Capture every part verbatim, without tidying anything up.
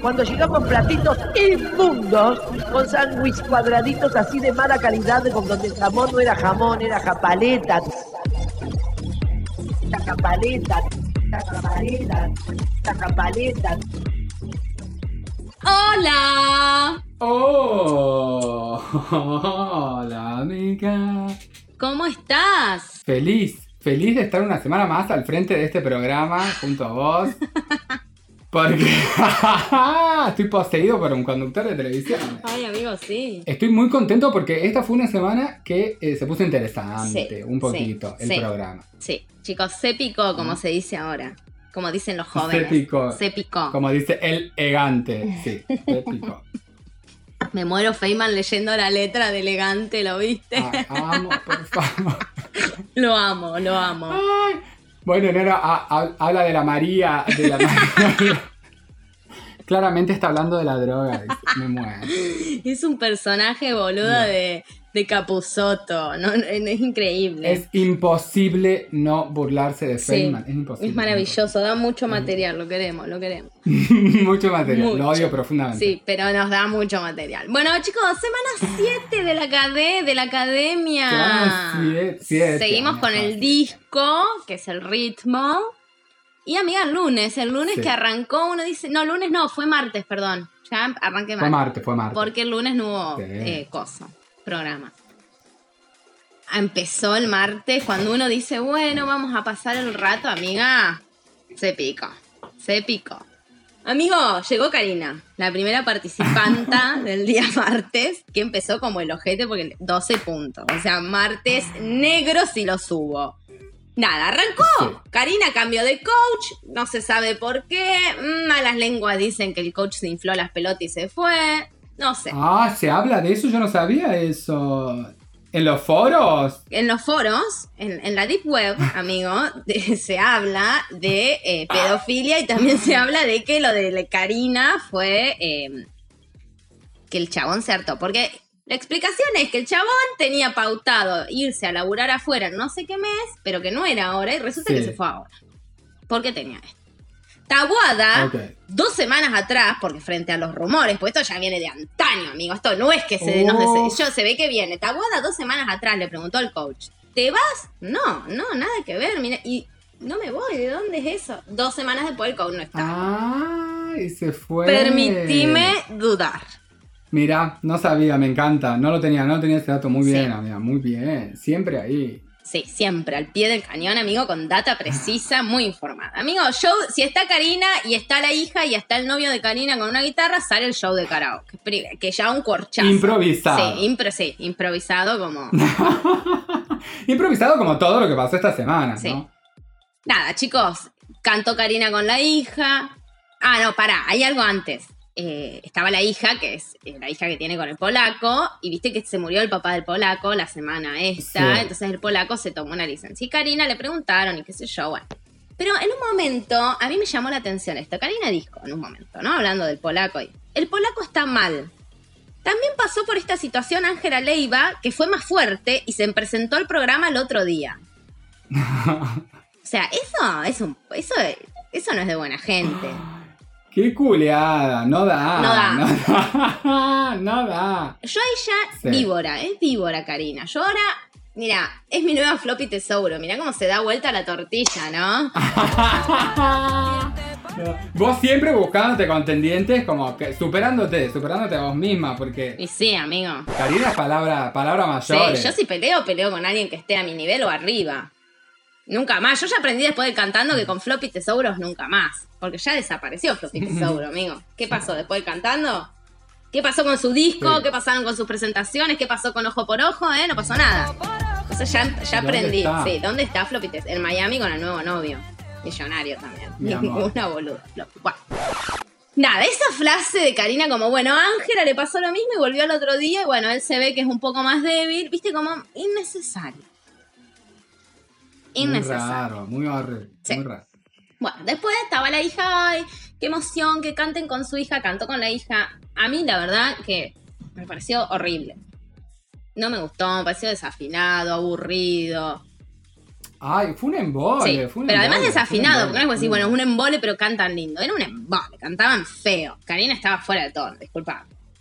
Cuando llegamos platitos inmundos, con sándwich cuadraditos así de mala calidad, con donde el jamón no era jamón, era japaleta. La japaleta, la japaleta, la japaleta. ¡Hola! ¡Oh! ¡Hola, amiga! ¿Cómo estás? Feliz, feliz de estar una semana más al frente de este programa junto a vos. Porque estoy poseído por un conductor de televisión. Ay, amigo, sí. Estoy muy contento porque esta fue una semana que eh, se puso interesante, Sí, un poquito, sí, el sí. programa. Sí, chicos, se picó, como se dice ahora. Como dicen los jóvenes. Se picó. Se picó. Como dice el elegante. Sí, se picó. Me muero Feynman leyendo la letra de Elegante, ¿lo viste? Ah, amo, por favor. Lo amo, lo amo. Ay. Bueno, Nero a, a, habla de la María, de la María. Claramente está hablando de la droga, dice, me muero. Es un personaje, boludo, No. de, de Capusotto, ¿no? Es increíble. Es imposible no burlarse de Sí, Feynman, es imposible. es maravilloso, da mucho material, lo queremos, lo queremos. Mucho material, Mucho. lo odio profundamente. Sí, pero nos da mucho material. Bueno, chicos, semana siete de la, acade- de la academia. Semana siete, siete, Seguimos amiga, con el fácil. disco, que es el ritmo. Y amiga, el lunes, el lunes Sí. que arrancó, uno dice, no, lunes no, fue martes, perdón. Ya arranqué Fue martes. Marte, fue Marte. Porque el lunes no hubo Sí. eh, cosa, programa. Empezó el martes, cuando uno dice, bueno, vamos a pasar el rato, amiga, se picó, se picó. Amigo, llegó Karina, la primera participanta del día martes, que empezó como el ojete porque doce puntos. O sea, martes negro si lo subo. Nada, arrancó. Sí. Karina cambió de coach, no se sabe por qué. Malas lenguas dicen que el coach se infló las pelotas y se fue. No sé. Ah, ¿se habla de eso? Yo no sabía eso. ¿En los foros? En los foros, en, en la Deep Web, amigo, de- se habla de eh, pedofilia y también se habla de que lo de Karina fue eh, que el chabón se hartó. Porque la explicación es que el chabón tenía pautado irse a laburar afuera no sé qué mes, pero que no era ahora y resulta Sí. que se fue ahora. ¿Por qué tenía esto? Tabuada, Ok. dos semanas atrás, porque frente a los rumores, pues esto ya viene de antaño, amigo, esto no es que se, no Oh. se, yo, se ve que viene. Tabuada dos semanas atrás le preguntó al coach, ¿te vas? No, no, nada que ver, mira, y no me voy, ¿de dónde es eso? Dos semanas después el coach no está. Ah, y se fue. Permitime dudar. Mira, no sabía, me encanta. No lo tenía, no tenía ese dato. Muy Sí. bien, amiga, muy bien. Siempre ahí. Sí, siempre, al pie del cañón, amigo, con data precisa, muy informada. Amigo, show, si está Karina y está la hija y está el novio de Karina con una guitarra, sale el show de karaoke, pri- que ya un corchazo. Improvisado. Sí, impro, sí, improvisado como... Improvisado como todo lo que pasó esta semana, Sí. ¿no? Nada, chicos, cantó Karina con la hija. Ah, no, pará, hay algo antes. Eh, estaba la hija, que es eh, la hija que tiene con el polaco, y viste que se murió el papá del polaco la semana esta, Sí. entonces el polaco se tomó una licencia. Y Karina le preguntaron y qué sé yo, bueno. Pero en un momento, a mí me llamó la atención esto. Karina dijo, en un momento, ¿no? Hablando del polaco, y, el polaco está mal. También pasó por esta situación Ángela Leiva, que fue más fuerte y se presentó al programa el otro día. O sea, eso es un, eso, eso no es de buena gente. Qué culeada, no da. No da. No da. No da. Yo ahí ya, Sí. víbora, es víbora, Karina. Yo ahora, mira, es mi nueva floppy tesouro. Mirá cómo se da vuelta la tortilla, ¿no? No. Vos siempre buscándote contendientes, como que superándote, superándote a vos misma, porque Y sí, amigo. Karina es palabra, palabra Sí, mayor. yo si peleo, peleo con alguien que esté a mi nivel o arriba. Nunca más. Yo ya aprendí después del cantando que con floppy tesouros nunca más. Porque ya desapareció floppy tesouro, amigo. ¿Qué pasó después del cantando? ¿Qué pasó con su disco? Sí. ¿Qué pasaron con sus presentaciones? ¿Qué pasó con Ojo por Ojo? ¿Eh? No pasó nada. Entonces ya, ya ¿Dónde aprendí. está? Sí, ¿dónde está floppy tesouros? En Miami con el nuevo novio. Millonario también. Mi amor. Ninguna boluda. Floppy. Bueno. Nada, esa frase de Karina como, bueno, a Ángela le pasó lo mismo y volvió al otro día y bueno, él se ve que es un poco más débil. Viste, como innecesario. Muy Innecesario. raro, muy horrible, Sí. muy raro. Bueno, después estaba la hija, ay, qué emoción, que canten con su hija, cantó con la hija. A mí la verdad que me pareció horrible. No me gustó, me pareció desafinado, aburrido. Ay, fue un embole. Sí, fue un pero además embole, desafinado, fue un porque no es decir, embole, bueno, es un embole, pero cantan lindo. Era un embole, cantaban feo. Karina estaba fuera de tono, disculpa.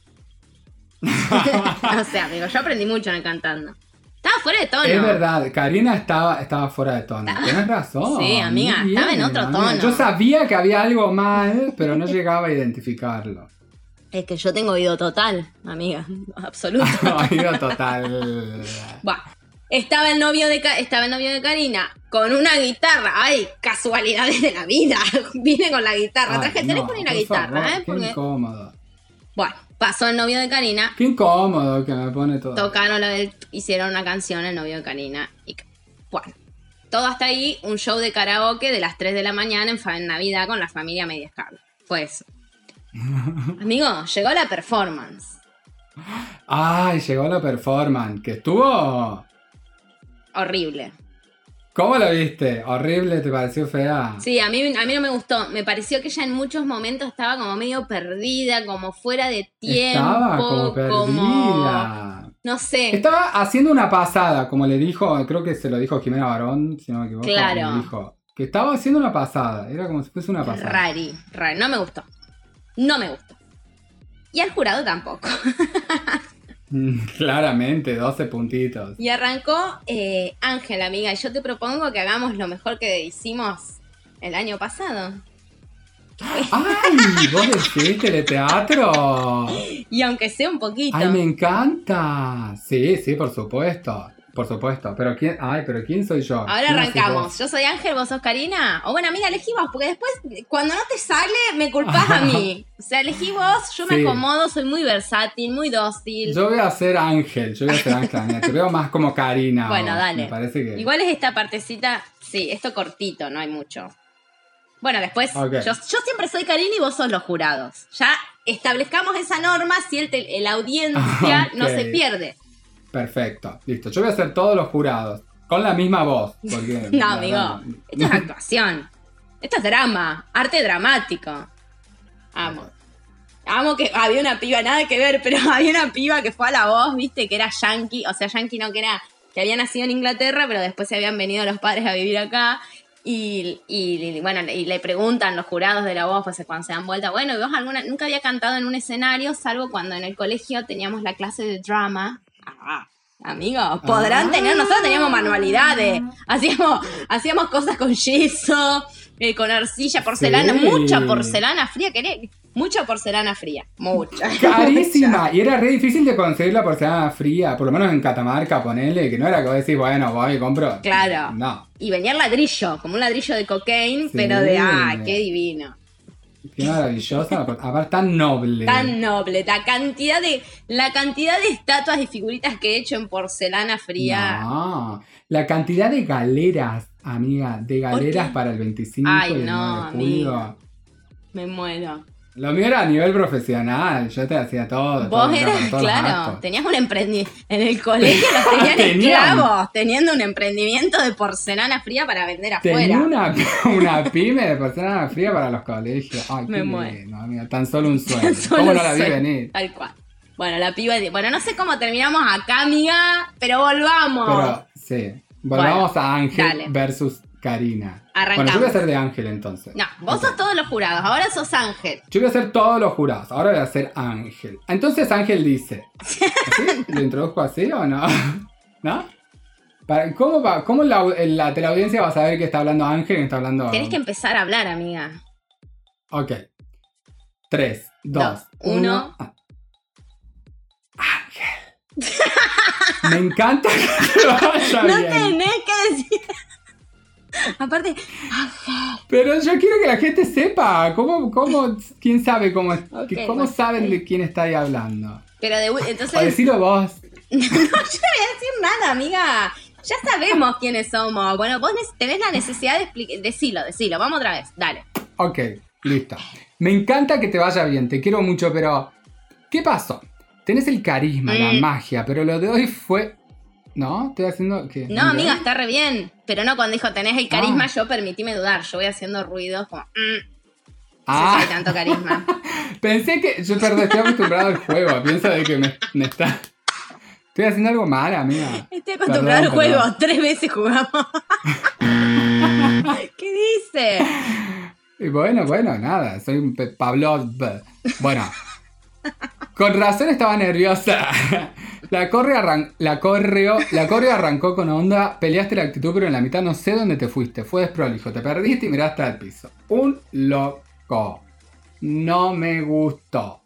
O sea, amigo, yo aprendí mucho en el cantando. Estaba fuera de tono. Es verdad, Karina estaba, estaba fuera de tono. Tenés razón. Sí, amiga, muy estaba en bien, otro amiga. tono. Yo sabía que había algo mal, pero no llegaba a identificarlo. Es que yo tengo oído total, amiga, absoluto. Oído total. Bueno, estaba el novio de Ka- estaba el novio de Karina con una guitarra. Ay, casualidades de la vida. Vine con la guitarra. Ay, Traje el no, teléfono y la por guitarra, favor, ¿eh? Qué Porque... incómodo. Bueno, pasó el novio de Karina. Qué incómodo que me pone todo. Tocaron la del, hicieron una canción el novio de Karina. Y bueno, todo hasta ahí, un show de karaoke de las tres de la mañana en, fa- en Navidad con la familia Media Escala. Fue eso. Amigo, llegó la performance. Ay, llegó la performance. Que estuvo. Horrible. ¿Cómo lo viste? ¿Horrible? ¿Te pareció fea? Sí, a mí, a mí no me gustó. Me pareció que ella en muchos momentos estaba como medio perdida, como fuera de tiempo. Estaba como perdida. Como... No sé. Estaba haciendo una pasada, como le dijo, creo que se lo dijo Jimena Barón, si no me equivoco. Claro. Le dijo que estaba haciendo una pasada. Era como si fuese una pasada. Rari, rari. No me gustó. No me gustó. Y al jurado tampoco. Claramente, doce puntitos. Y arrancó eh, Ángel, amiga. Y yo te propongo que hagamos lo mejor que hicimos el año pasado. ¡Ay! ¿Vos decís teleteatro? Y aunque sea un poquito. ¡Ay, me encanta! Sí, sí, por supuesto. Por supuesto. Pero quién, ay, pero ¿quién soy yo? Ahora ¿Quién hacés arrancamos. vos? Yo soy Ángel, vos sos Karina. O bueno, amiga, elegí vos, porque después, cuando no te sale, me culpás a mí. O sea, elegí vos, yo me Sí. acomodo, soy muy versátil, muy dócil. Yo voy a ser Ángel, yo voy a ser Ángel. Mira, te veo más como Karina. Bueno, vos. dale. Me parece que... Igual es esta partecita, sí, esto cortito, no hay mucho. Bueno, después, Ok. yo, yo siempre soy Karina y vos sos los jurados. Ya establezcamos esa norma si el te- la audiencia no Ok. se pierde. Perfecto, listo. Yo voy a hacer todos los jurados. Con la misma voz. Porque, No, la amigo, verdad, esto es actuación. Esto es drama, arte dramático. Amo. Amo que había una piba, nada que ver, pero había una piba que fue a La Voz, viste, que era yankee, o sea, yankee no, que era, que había nacido en Inglaterra, pero después se habían venido los padres a vivir acá. Y, y, y, bueno, y le preguntan los jurados de La Voz, pues cuando se dan vuelta, bueno, ¿y vos alguna, nunca había cantado en un escenario, salvo cuando en el colegio teníamos la clase de drama? Ah, amigos, podrán Ah. tener, nosotros teníamos manualidades, hacíamos, hacíamos cosas con yeso, eh, con arcilla, porcelana, Sí. mucha porcelana fría, ¿querés? Mucha porcelana fría, mucha. Carísima. Y era re difícil de conseguir la porcelana fría. Por lo menos en Catamarca, ponele. Que no era que vos decís, bueno, voy y compro. Claro. No. Y venía el ladrillo, como un ladrillo de cocaine, Sí. pero de, ah, qué divino. Qué maravillosa. Aparte, tan noble. Tan noble, la cantidad de la cantidad de estatuas y figuritas que he hecho en porcelana fría. No. La cantidad de galeras, amiga. De galeras qué? para el veinticinco Ay, y el no, nueve de julio. amiga. Me muero. Lo mío era a nivel profesional. Yo te hacía todo. todo, Vos era eras, con todos los claro, actos. tenías un emprendimiento. En el colegio los tenían Tenían. esclavos, teniendo un emprendimiento de porcelana fría para vender afuera. Tenía una, una pyme de porcelana fría para los colegios. Ay, Me qué muero. lindo, amiga. Tan solo un sueño. Solo ¿Cómo no la vi soy- venir? Tal cual. Bueno, la piba. de- Bueno, no sé cómo terminamos acá, amiga, pero volvamos. Pero, sí. Volvamos Bueno, a Ángel dale. versus Karina. Arrancamos. Bueno, yo voy a ser de Ángel entonces. No, vos Ok. sos todos los jurados, ahora sos Ángel. Yo voy a hacer todos los jurados. Ahora voy a ser Ángel. Entonces Ángel dice. ¿Así? ¿Lo introduzco así o no? ¿No? Para- ¿Cómo, va, cómo la, la teleaudiencia va a saber que está hablando Ángel y que está hablando... Tenés que empezar a hablar, amiga. Ok. Tres, dos, Dos, uno. uno. Ángel. Me encanta que te vaya No bien. tenés que decir. Aparte, Pero yo quiero que la gente sepa. ¿Cómo, cómo, ¿Quién sabe cómo, Ok, que- cómo bueno. saben de quién está ahí hablando? pero de entonces. O decilo vos. No, yo no voy a decir nada, amiga. Ya sabemos quiénes somos. Bueno, vos ne- tenés la necesidad de explicar. Decilo, decilo. Vamos otra vez. Dale. Ok, listo. Me encanta que te vaya bien, te quiero mucho, pero... ¿Qué pasó? Tenés el carisma, la Mm. magia, pero lo de hoy fue... ¿No? Estoy haciendo... ¿qué? No, amiga, está re bien. Pero no cuando dijo tenés el carisma, Ah. yo permitíme dudar. Yo voy haciendo ruidos como. Mm, no Ah, sé si hay tanto carisma. pensé que... Yo, perdón, estoy acostumbrado al juego. Pienso de que me, me está... Estoy haciendo algo mal, amiga. Estoy acostumbrado Perdón, al juego. perdón. Tres veces jugamos. ¿Qué dice? Y bueno, bueno, nada, soy un pe- Pablo. Bueno, con razón estaba nerviosa. La corre arran- la correo, la correo arrancó con onda, peleaste la actitud, pero en la mitad no sé dónde te fuiste. Fue desprolijo, te perdiste y miraste al piso. Un loco. No me gustó.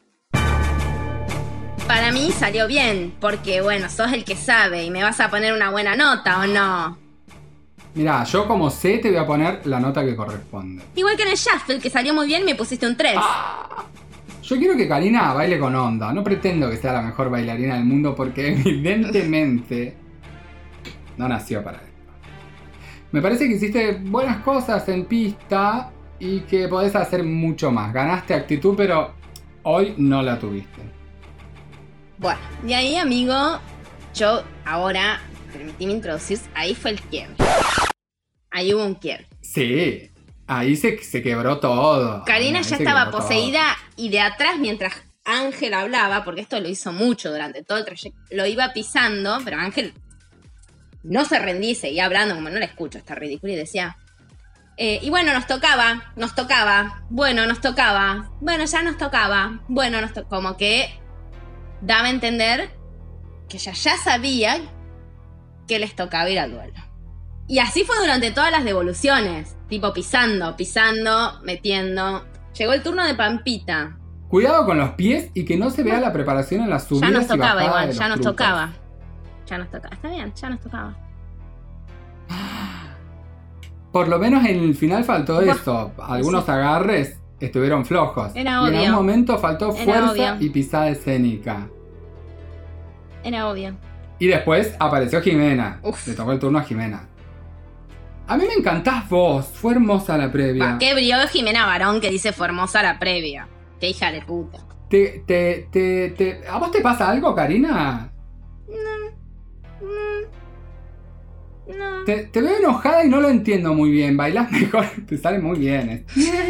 Para mí salió bien, porque bueno, sos el que sabe y me vas a poner una buena nota, ¿o no? Mirá, yo como sé te voy a poner la nota que corresponde. Igual que en el Shuffle, que salió muy bien, me pusiste un tres. Ah, yo quiero que Karina baile con onda. No pretendo que sea la mejor bailarina del mundo porque evidentemente no nació para esto. Me parece que hiciste buenas cosas en pista y que podés hacer mucho más. Ganaste actitud, pero hoy no la tuviste. Bueno, y ahí, amigo, yo ahora, permitíme introducir, ahí fue el quiebre. Ahí hubo un quiebre. Sí, ahí se, se quebró todo. Karina Ahí ya se estaba quebró poseída y de atrás, mientras Ángel hablaba, porque esto lo hizo mucho durante todo el trayecto, lo iba pisando, pero Ángel no se rendía y seguía hablando, como no la escucho, está ridículo, y decía... Eh, y bueno, nos tocaba, nos tocaba, bueno, nos tocaba, bueno, ya nos tocaba, bueno, nos to como que daba a entender que ella ya sabía que les tocaba ir al duelo. Y así fue durante todas las devoluciones, tipo pisando, pisando, metiendo. Llegó el turno de Pampita. Cuidado con los pies y que no se vea la preparación en las subidas. Ya nos y tocaba bajadas igual, de ya los nos trucos. tocaba. Ya nos tocaba, está bien, ya nos tocaba. Por lo menos en el final faltó Buah, eso. Algunos sí. agarres estuvieron flojos. Era y en obvio. algún momento faltó Era fuerza obvio. y pisada escénica. Era obvio. Y después apareció Jimena. Uf. Le tocó el turno a Jimena. A mí me encantás vos. Fue hermosa la previa. Va, qué brío Jimena Barón que dice fue hermosa la previa. Qué hija de puta. Te, te, te, te- ¿A vos te pasa algo, Karina? No. Te, te veo enojada y no lo entiendo muy bien. Bailás mejor. Te sale muy bien.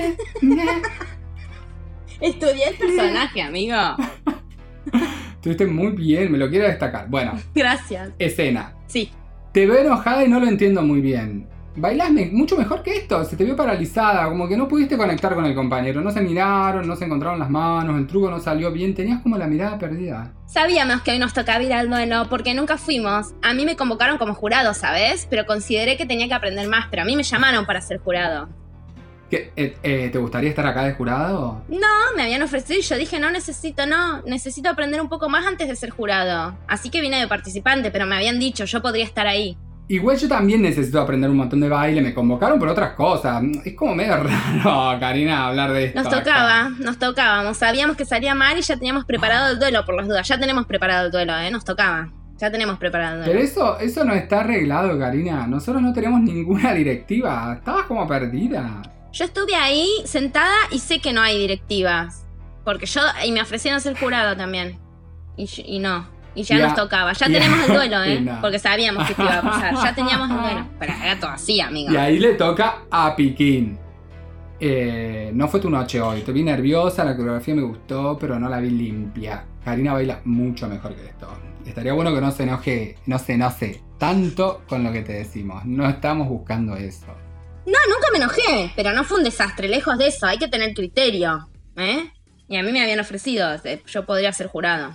Estudié el personaje, amigo. Estuviste muy bien. Me lo quiero destacar. Bueno, Gracias. escena. Sí. Te veo enojada y no lo entiendo muy bien. Bailás me- mucho mejor que esto. Se te vio paralizada. Como que no pudiste conectar con el compañero. No se miraron, no se encontraron las manos. El truco no salió bien. Tenías como la mirada perdida. Sabíamos que hoy nos tocaba ir al duelo porque nunca fuimos. A mí me convocaron como jurado, ¿sabes? Pero consideré que tenía que aprender más. Pero a mí me llamaron para ser jurado. ¿Qué, eh, eh, ¿Te gustaría estar acá de jurado? No, me habían ofrecido y yo dije, no necesito, no. Necesito aprender un poco más antes de ser jurado. Así que vine de participante, pero me habían dicho, yo podría estar ahí. Igual yo también necesito aprender un montón de baile. Me convocaron por otras cosas. Es como medio raro, Karina, hablar de esto. Nos acá. tocaba, nos tocábamos. Sabíamos que salía mal y ya teníamos preparado el duelo por las dudas. Ya tenemos preparado el duelo, ¿eh? Nos tocaba. Ya tenemos preparado el duelo. Pero eso, eso no está arreglado, Karina. Nosotros no tenemos ninguna directiva. Estabas como perdida. Yo estuve ahí sentada y sé que no hay directivas. Porque yo, y me ofrecieron ser jurado también. Y, yo- y no. Y ya Ya, nos tocaba. Ya ya, tenemos el duelo, y ¿eh? no. Porque sabíamos que esto iba a pasar. Ya teníamos el duelo. Pero era todo así, amigo. Y ahí le toca a Piquín. Eh, no fue tu noche hoy. Te vi nerviosa, la coreografía me gustó, pero no la vi limpia. Karina baila mucho mejor que esto. Estaría bueno que no se enoje, no se enoje tanto con lo que te decimos. No estamos buscando eso. No, nunca me enojé. Pero no fue un desastre. Lejos de eso. Hay que tener criterio. ¿Eh? Y a mí me habían ofrecido. eh, Yo podría ser jurado.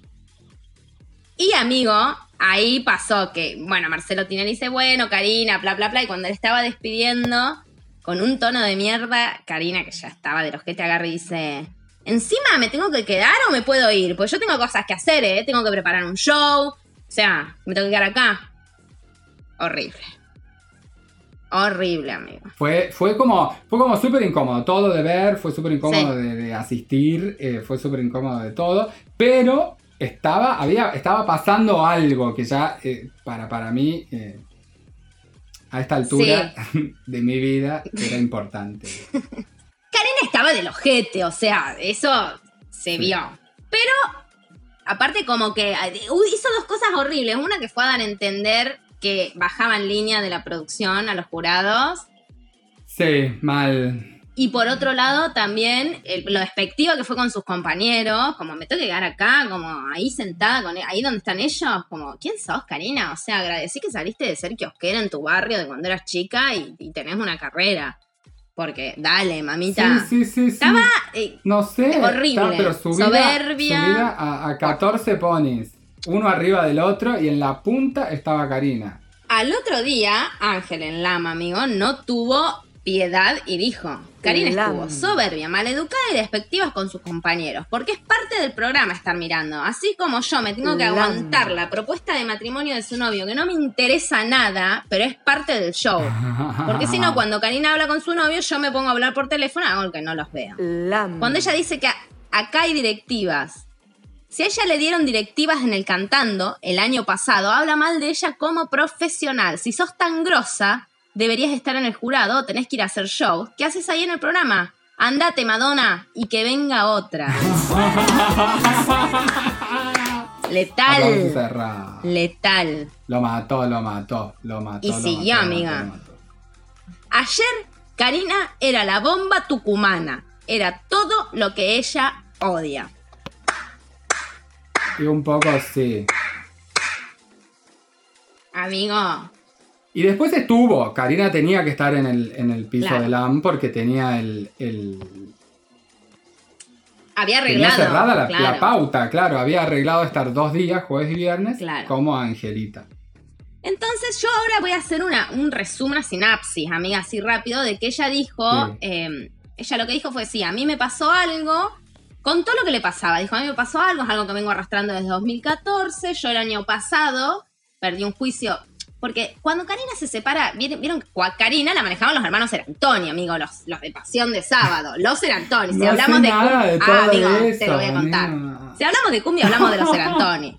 Y amigo, ahí pasó que, bueno, Marcelo Tinelli dice, bueno, Karina, bla, bla, bla. Y cuando le estaba despidiendo, con un tono de mierda, Karina, que ya estaba de los que te agarra y dice, encima, ¿me tengo que quedar o me puedo ir? Pues yo tengo cosas que hacer, ¿eh? Tengo que preparar un show. O sea, me tengo que quedar acá. Horrible. Horrible, amigo. Fue, fue como fue como súper incómodo. Todo de ver, fue súper incómodo Sí. de, de asistir, eh, fue súper incómodo de todo. Pero estaba, había, estaba pasando algo que ya, eh, para, para mí, eh, a esta altura de mi vida, era importante. Karina estaba del ojete, o sea, eso se Sí. vio. Pero, aparte como que eh, hizo dos cosas horribles. Una que fue a dar a entender que bajaban línea de la producción a los jurados. Sí, mal. Y por otro lado, también el, lo despectiva que fue con sus compañeros, como me tengo que quedar acá, como ahí sentada, con ahí donde están ellos, como, ¿quién sos, Karina? O sea, agradecí que saliste de ser kiosquera en tu barrio de cuando eras chica y, y tenés una carrera. Porque, dale, mamita. Sí, sí, sí. sí. Estaba eh, no sé, horrible, estaba, pero subida, soberbia. Subida a, a catorce ponis, uno arriba del otro, y en la punta estaba Karina. Al otro día, Ángel en Lama, amigo, no tuvo piedad y dijo: Karina estuvo soberbia, maleducada y despectiva con sus compañeros, porque es parte del programa estar mirando. Así como yo me tengo que aguantar la propuesta de matrimonio de su novio, que no me interesa nada, pero es parte del show. Porque si no, cuando Karina habla con su novio, yo me pongo a hablar por teléfono, hago que no los veo. Cuando ella dice que acá hay directivas, si a ella le dieron directivas en el Cantando el año pasado, habla mal de ella como profesional. Si sos tan grosa, deberías estar en el jurado, tenés que ir a hacer show. ¿Qué haces ahí en el programa? Andate, Madonna, y que venga otra. Letal. Letal. Lo mató, lo mató, lo mató. Y siguió, amiga. Mató, mató. Ayer, Karina era la bomba tucumana. Era todo lo que ella odia. Y un poco sí. Amigo. Y después estuvo, Karina tenía que estar en el, en el piso claro. del A M porque tenía el... el había arreglado. Tenía cerrada la, claro. la pauta, claro. Había arreglado estar dos días, jueves y viernes, claro. como Angelita. Entonces yo ahora voy a hacer una, un resumen, una sinapsis, amiga, así rápido, de que ella dijo... Sí. Eh, ella lo que dijo fue, sí, a mí me pasó algo... Contó lo que le pasaba. Dijo, a mí me pasó algo, es algo que vengo arrastrando desde dos mil catorce. Yo el año pasado perdí un juicio... Porque cuando Karina se separa, vieron que Karina la manejaban los hermanos Serantoni, amigo, los, los de Pasión de Sábado, los Serantoni. Si no hablamos sé de nada de cumbia, ah, amigo, eso, te lo voy a contar. Amiga. Si hablamos de cumbia, hablamos de los Serantoni.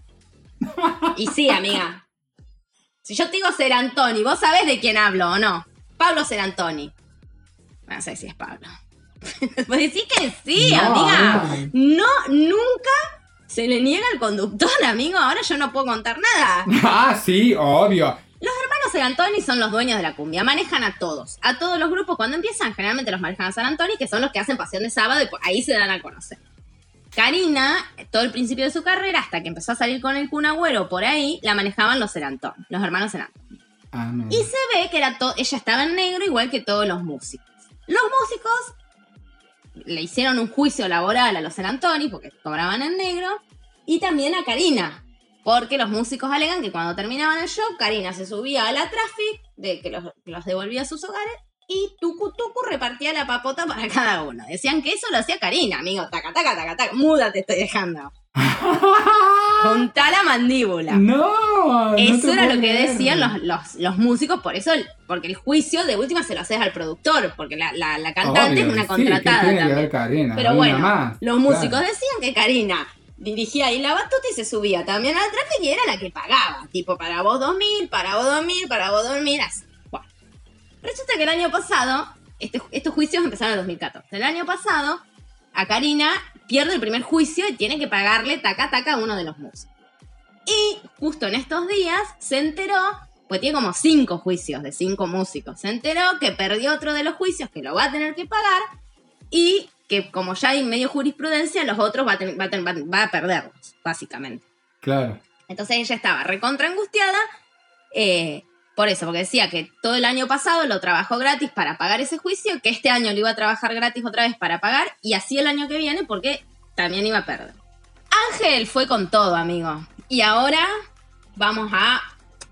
Y sí, amiga. Si yo te digo Serantoni, ¿vos sabés de quién hablo o no? Pablo Serantoni. No sé si es Pablo. Pues decís que sí, no, amiga. No, nunca... Se le niega al conductor, amigo. Ahora yo no puedo contar nada. Ah, sí, obvio. Los hermanos Serantoni son los dueños de la cumbia. Manejan a todos. A todos los grupos cuando empiezan, generalmente los manejan a Serantoni, que son los que hacen Pasión de Sábado y por ahí se dan a conocer. Karina, todo el principio de su carrera, hasta que empezó a salir con el Kun Agüero por ahí, la manejaban los Serantoni, los hermanos Serantoni. Amén. Y se ve que era to- ella estaba en negro igual que todos los músicos. Los músicos... le hicieron un juicio laboral a los Serantoni porque cobraban en negro y también a Karina porque los músicos alegan que cuando terminaban el show Karina se subía a la traffic de que los, los devolvía a sus hogares y tucu tucu repartía la papota para cada uno. Decían que eso lo hacía Karina, amigo, taca taca taca taca, muda te estoy dejando. Juntá la mandíbula. No, eso no era lo que creer. decían los, los, los músicos, por eso, el, porque el juicio de última se lo haces al productor, porque la, la, la cantante Obvio, es una sí, contratada ¿qué tiene también. que ver Karina? Pero Una bueno, más, los músicos claro. decían que Karina dirigía ahí la batuta y se subía también al tráfico y era la que pagaba, tipo para vos dos mil, para vos dos mil, para vos dos mil, así. Bueno, resulta que el año pasado, este, estos juicios empezaron en el dos mil catorce, el año pasado a Karina pierde el primer juicio y tiene que pagarle taca taca a uno de los músicos. Y justo en estos días se enteró, pues tiene como cinco juicios de cinco músicos, se enteró que perdió otro de los juicios que lo va a tener que pagar y que como ya hay medio jurisprudencia, los otros va a, tener, va a, tener, va, va a perderlos, básicamente. Claro. Entonces ella estaba recontra angustiada eh, por eso, porque decía que todo el año pasado lo trabajó gratis para pagar ese juicio, que este año lo iba a trabajar gratis otra vez para pagar y así el año que viene porque también iba a perder. Ángel fue con todo, amigo. Y ahora vamos a,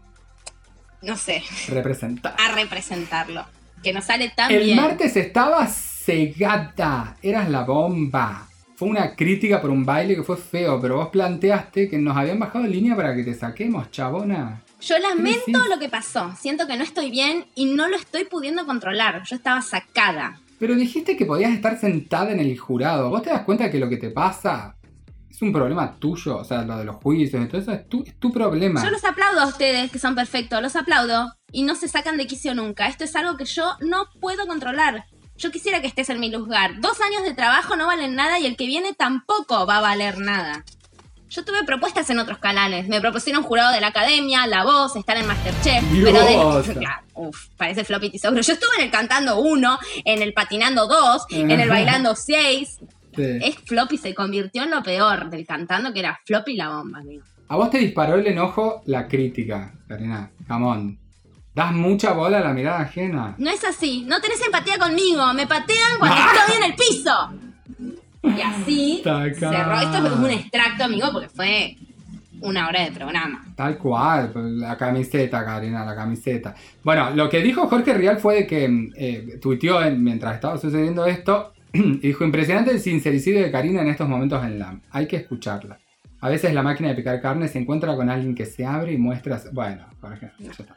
no sé, representar. A representarlo. Que nos sale tan el bien. El martes estaba cegada. Eras la bomba. Fue una crítica por un baile que fue feo, pero vos planteaste que nos habían bajado en línea para que te saquemos, chabona. Yo lamento lo que pasó. Siento que no estoy bien y no lo estoy pudiendo controlar. Yo estaba sacada. Pero dijiste que podías estar sentada en el jurado. ¿Vos te das cuenta que lo que te pasa es un problema tuyo? O sea, lo de los juicios y todo eso es tu, es tu problema. Yo los aplaudo a ustedes, que son perfectos. Los aplaudo y no se sacan de quicio nunca. Esto es algo que yo no puedo controlar. Yo quisiera que estés en mi lugar. Dos años de trabajo no valen nada y el que viene tampoco va a valer nada. Yo tuve propuestas en otros canales. Me propusieron Jurado de la Academia, La Voz, estar en Masterchef. Dios. Pero de, claro, uf, parece Floppy Tisogro. Yo estuve en el Cantando uno, en el Patinando dos, en el Bailando seis. Sí. Es Floppy se convirtió en lo peor del Cantando, que era Floppy la bomba, amigo. A vos te disparó el enojo la crítica, Karina. Jamón. ¿Das mucha bola a la mirada ajena? No es así. No tenés empatía conmigo. Me patean cuando estoy en el piso. Y así Taca. cerró. Esto es un extracto, amigo, porque fue una hora de programa. Tal cual, la camiseta, Karina, la camiseta. Bueno, lo que dijo Jorge Rial fue de que eh, tuiteó en- mientras estaba sucediendo esto, y dijo, impresionante el sincericidio de Karina en estos momentos en L A M. Hay que escucharla. A veces la máquina de picar carne se encuentra con alguien que se abre y muestra... Bueno, Jorge, ya está.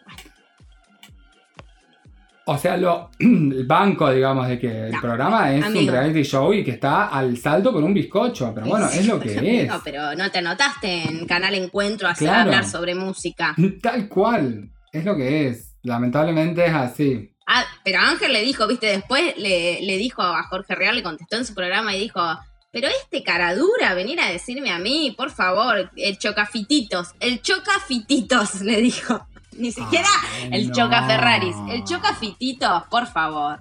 O sea, lo, el banco, digamos, de que el No, programa es amigo. un reality show y que está al salto con un bizcocho. Pero bueno, es lo que es. No, pero no te anotaste en Canal Encuentro a hacer Claro. hablar sobre música. Tal cual. Es lo que es. Lamentablemente es así. Ah, pero Ángel le dijo, viste, después le, le dijo a Jorge Real, le contestó en su programa y dijo, pero este cara dura, venir a decirme a mí, por favor, el chocafititos, el chocafititos, le dijo. Ni siquiera Ay, el no. choca Ferraris, el chocafititos, por favor.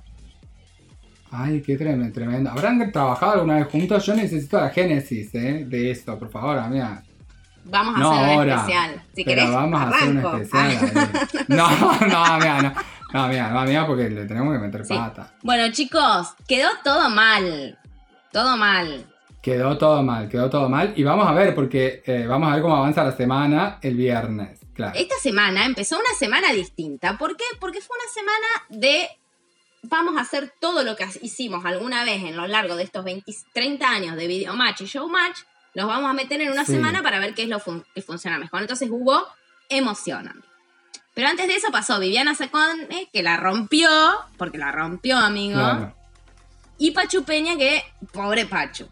Ay, qué tremendo, tremendo. ¿Habrán trabajado alguna vez juntos? Yo necesito la génesis, ¿eh? De esto, por favor, amiga. Vamos a No hacer un ahora. especial. Si pero querés, vamos a hacer un arranco. especial. ahí. No, no, amiga, no. No, amiga, no, amiga, porque le tenemos que meter Sí. pata. Bueno, chicos, quedó todo mal. Todo mal. Quedó todo mal, quedó todo mal. Y vamos a ver, porque eh, vamos a ver cómo avanza la semana el viernes. Claro. Esta semana empezó una semana distinta. ¿Por qué? Porque fue una semana de vamos a hacer todo lo que hicimos alguna vez en lo largo de estos veinte, treinta años de Video Match y Show Match. Los vamos a meter en una Sí. semana para ver qué es lo fun- que funciona mejor. Entonces hubo emoción. Pero antes de eso pasó Viviana Sacone, que la rompió, porque la rompió, amigo. Claro. Y Pachu Peña, que, pobre Pachu.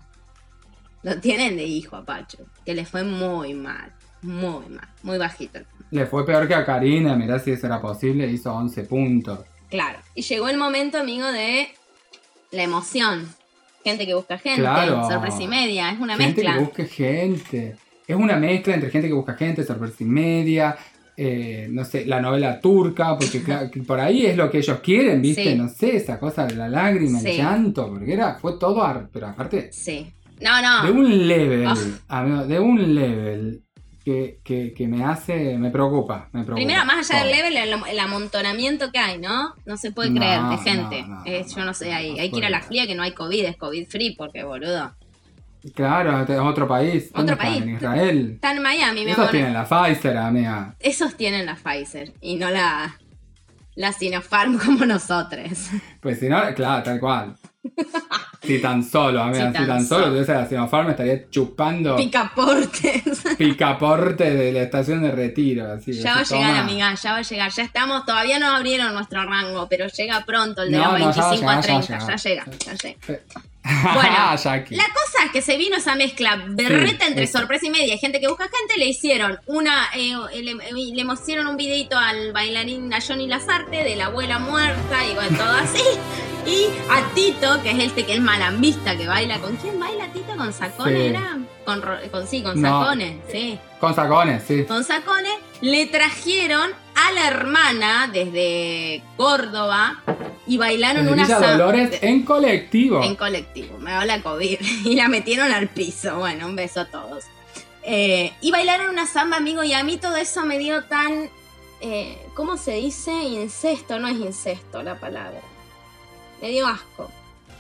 Lo tienen de hijo a Pachu. Que le fue muy mal. Muy mal. Muy bajito. Le fue peor que a Karina, mirá si eso era posible, hizo once puntos. Claro. Y llegó el momento, amigo, de la emoción. Gente que busca gente. Claro. Sorpresa y media. Es una Gente mezcla. que busque gente. Es una mezcla entre gente que busca gente, sorpresa y media, eh, no sé, la novela turca, porque claro, que por ahí es lo que ellos quieren, ¿viste? Sí. No sé, esa cosa de la lágrima, Sí. el llanto, porque era, fue todo, ar- pero aparte, Sí. No, no. de un level, Uf. amigo, de un level que, que, que me hace, me preocupa, me preocupa. Primero, más allá del todo. level, el, el amontonamiento que hay, ¿no? No se puede No, creer de no, gente. no, Eh, no, yo no sé, hay, no hay que ir a la puede. fría que no hay COVID, es COVID free, porque boludo. Claro, este es otro país. ¿Dónde Otro están? país. En Israel. Está en Miami, mi Esos amor. tienen la Pfizer, amiga. Esos tienen la Pfizer y no la, la Sinopharm como nosotros. Pues si no, claro, tal cual. Si tan solo, amiga, Si si tan tan, solo, solo. entonces la Sinopharm me estaría chupando Picaportes. picaporte de la estación de retiro. Así, Ya va a así, llegar, toma. amiga, ya va a llegar. Ya estamos, todavía no abrieron nuestro rango, pero llega pronto el de No, los no, ya va a veinticinco a llegar, ya va a treinta. Ya llegar. llega, ya llega. Sí. Bueno, Ah, Jackie. La cosa es que se vino esa mezcla berreta Sí, entre eso. sorpresa y media y gente que busca gente. Le hicieron una eh, le, le hicieron un videito al bailarín, a Johnny Lazarte, de la abuela muerta y bueno, todo así. Y a Tito, que es este que es malambista, que baila. ¿Con quién baila Tito? ¿Con Sacones Sí. era? Con, ro- con sí, con No. Sacones, sí. Con sacones, sí. Con Sacones le trajeron a la hermana desde Córdoba y bailaron Desde una Villa sa- Dolores en colectivo. en colectivo, me da la COVID. Y la metieron al piso. Bueno, un beso a todos. Eh, y bailaron una samba, amigo, y a mí todo eso me dio tan... Eh, ¿Cómo se dice? Incesto, no es incesto la palabra. Me dio asco.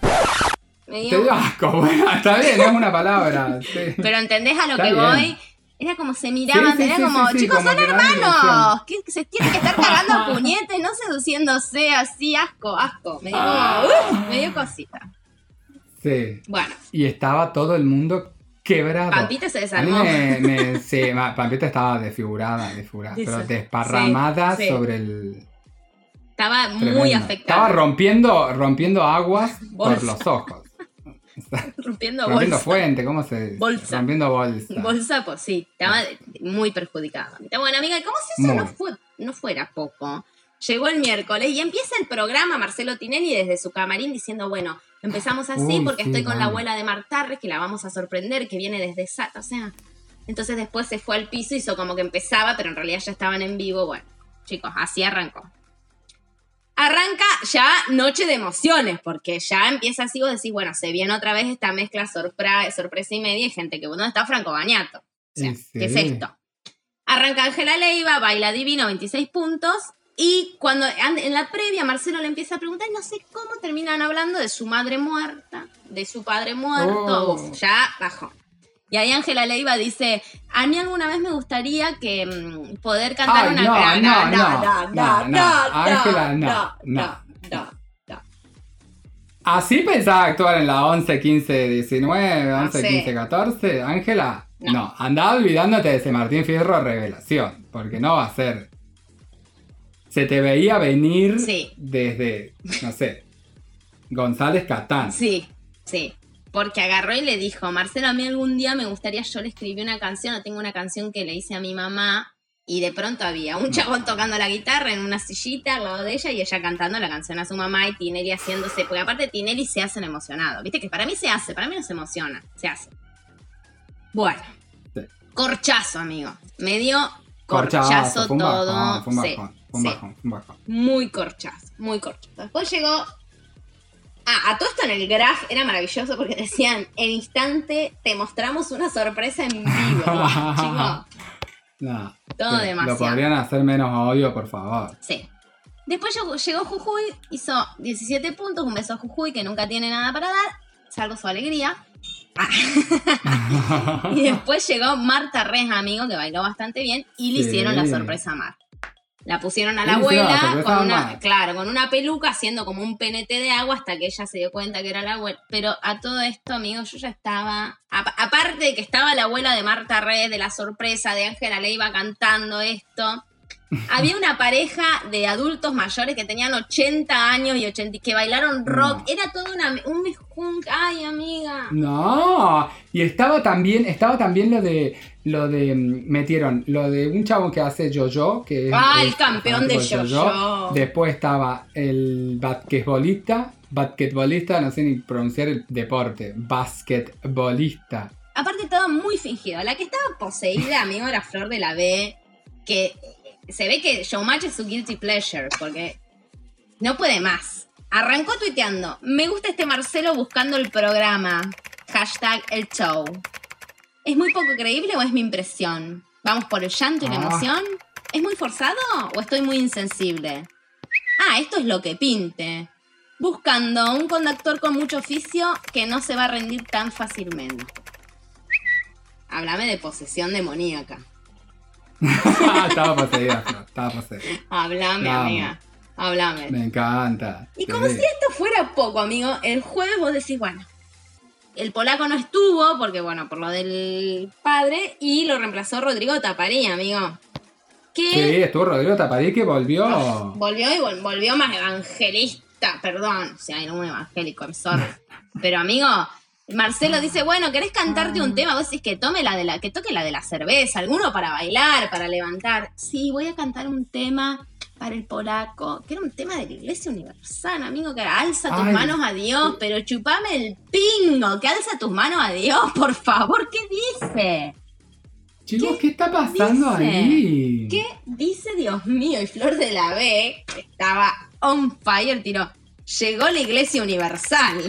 Me Te dio... dio asco, bueno, está bien, es una palabra. Sí. Pero ¿entendés a lo Está que bien. voy? Era como se miraban, Sí, sí, era sí, como, sí, sí, chicos, como son que daban hermanos, que que se tienen que estar cagando a puñetes, no seduciéndose así, asco, asco. Me dio como, ¡uh! Me dio cosita. Sí. Bueno, Y estaba todo el mundo quebrado. Pampita se A mí desarmó. me, me- sí, ma- Pampita estaba desfigurada, desfigurada, Eso. pero desparramada Sí, sí. sobre el... Estaba muy Tremendo. Estaba afectada. rompiendo, rompiendo aguas por Bolsa. los ojos. Rompiendo Rompiendo bolsa. fuente, ¿cómo se dice? Bolsa. Rompiendo bolsa. Bolsa, pues sí, estaba muy perjudicada. Bueno, amiga, ¿cómo si eso Muy. no, fue, no fuera poco? Llegó el miércoles y empieza el programa Marcelo Tinelli desde su camarín diciendo, bueno, empezamos así Uy, porque sí, estoy con la vamos. abuela de Martarres, que la vamos a sorprender, que viene desde Sata. O sea, Entonces después se fue al piso, hizo como que empezaba, pero en realidad ya estaban en vivo. Bueno, chicos, así arrancó. Arranca ya noche de emociones, porque ya empieza así, vos decís, bueno, se viene otra vez esta mezcla sorpre- sorpresa y media, y gente que, ¿dónde está Franco Bagnato? O sea, Sí. ¿qué es esto? Arranca Ángela Leiva, baila divino, veintiséis puntos, y cuando en la previa Marcelo le empieza a preguntar, no sé cómo terminan hablando de su madre muerta, de su padre muerto, Oh. uf, ya bajó. Y ahí Ángela Leiva dice, a mí alguna vez me gustaría que mm, poder cantar Ay, una... no, gra- no, no, no, no, no, Ángela, no, no, no. no, no. ¿Así pensaba actuar en la once, quince, diecinueve, once, sé. quince, catorce? Ángela, No. no. Andá olvidándote de ese Martín Fierro revelación, porque no va a ser. Se te veía venir Sí. desde, no sé, González Catán. Sí, sí. Porque agarró y le dijo, Marcelo, a mí algún día me gustaría, yo le escribí una canción, o tengo una canción que le hice a mi mamá, y de pronto había un chabón tocando la guitarra en una sillita al lado de ella, y ella cantando la canción a su mamá, y Tinelli haciéndose, porque aparte Tinelli se hacen emocionados, viste que para mí se hace, para mí no se emociona, se hace. Bueno, Sí. corchazo, amigo, me dio Corchazo, corchazo, fue un bajón, todo, fue un sí, bajón, fue un sí. bajón, fue un bajón. Muy corchazo, muy corchazo. Después llegó... Ah, a todo esto en el graph era maravilloso porque decían, en instante te mostramos una sorpresa en vivo. Chicos, No, todo sí, demasiado. Lo podrían hacer menos obvio, por favor. Sí. Después llegó, llegó Jujuy, hizo diecisiete puntos, un beso a Jujuy que nunca tiene nada para dar, salvo su alegría. Ah. Y después llegó Marta Res, amigo, que bailó bastante bien, y le Sí. hicieron la sorpresa a Mar. La pusieron a la Le hicieron la abuela sorpresa con a una, Mar. claro, con una peluca haciendo como un penete de agua hasta que ella se dio cuenta que era la abuela. Pero a todo esto, amigos, yo ya estaba... A, aparte de que estaba la abuela de Marta Res, de la sorpresa de Ángela Leiva cantando esto, había una pareja de adultos mayores que tenían ochenta años y ochenta que bailaron rock. No. Era todo una, un mejunc. Ay, amiga. No, y estaba también, estaba también lo de, lo de, mm, metieron lo de un chavo que hace yo-yo, que es, Ah, el es campeón de fanático del yo-yo. Después estaba el basquetbolista, basquetbolista, no sé ni pronunciar el deporte, basquetbolista. Aparte todo muy fingido. La que estaba poseída, amigo, era Flor de la B, que se ve que Showmatch es su guilty pleasure, porque no puede más. Arrancó tuiteando, me gusta este Marcelo buscando el programa. Hashtag el show. ¿Es muy poco creíble o es mi impresión? ¿Vamos por el llanto y la Ah. emoción? ¿Es muy forzado o estoy muy insensible? Ah, esto es lo que pinte. Buscando un conductor con mucho oficio que no se va a rendir tan fácilmente. Háblame de posesión demoníaca. Estaba poseída, Flor, estaba poseída. Háblame, Vamos. amiga. Háblame. Me encanta. Y sí. como si esto fuera poco, amigo, el jueves vos decís, bueno, el polaco no estuvo, porque bueno, por lo del padre, y lo reemplazó Rodrigo Taparí, amigo. Que Sí, estuvo Rodrigo Taparí que volvió. uf, volvió y vol- volvió más evangelista, perdón, o sea, era un evangélico, I'm sorry. Pero amigo, Marcelo dice, bueno, ¿querés cantarte un tema? Vos decís que tome la de la, que toque la de la cerveza, alguno para bailar, para levantar. Sí, voy a cantar un tema para el polaco, que era un tema de la Iglesia Universal, amigo, que era alza tus Ay. manos a Dios, pero chupame el pingo, que alza tus manos a Dios, por favor, ¿qué dice? Chicos, ¿qué está pasando dice? ahí? ¿Qué dice, Dios mío? Y Flor de la B, que estaba on fire, tiró, llegó la Iglesia Universal.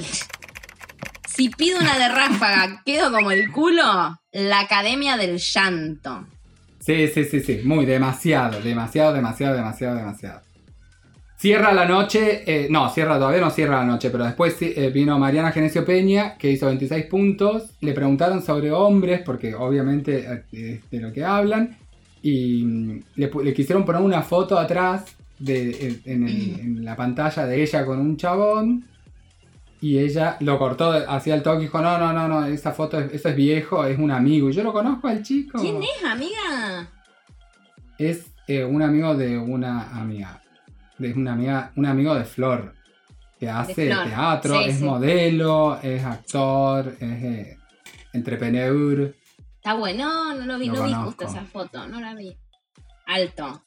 Si pido una de ráfaga, quedo como el culo, la Academia del Llanto. Sí, sí, sí, sí, muy, demasiado, demasiado, demasiado, demasiado, demasiado. Cierra la noche, eh, no, cierra todavía no cierra la noche, pero después eh, vino Mariana Genesio Peña, que hizo veintiséis puntos, le preguntaron sobre hombres, porque obviamente eh, es de lo que hablan, y mm, le, pu- le quisieron poner una foto atrás de, en, en el- en la pantalla de ella con un chabón, y ella lo cortó hacia el toque y dijo, no, no, no, no, esa foto, es- eso es viejo, es un amigo, y yo lo conozco al chico. ¿Quién es, amiga? Es eh, un amigo de una amiga. Es una amiga, un amigo de Flor. Que hace Flor. teatro, Sí, es sí. modelo, es actor, es eh, entrepreneur. Está bueno, no lo vi, Lo no vi conozco. justo esa foto, no la vi. Alto.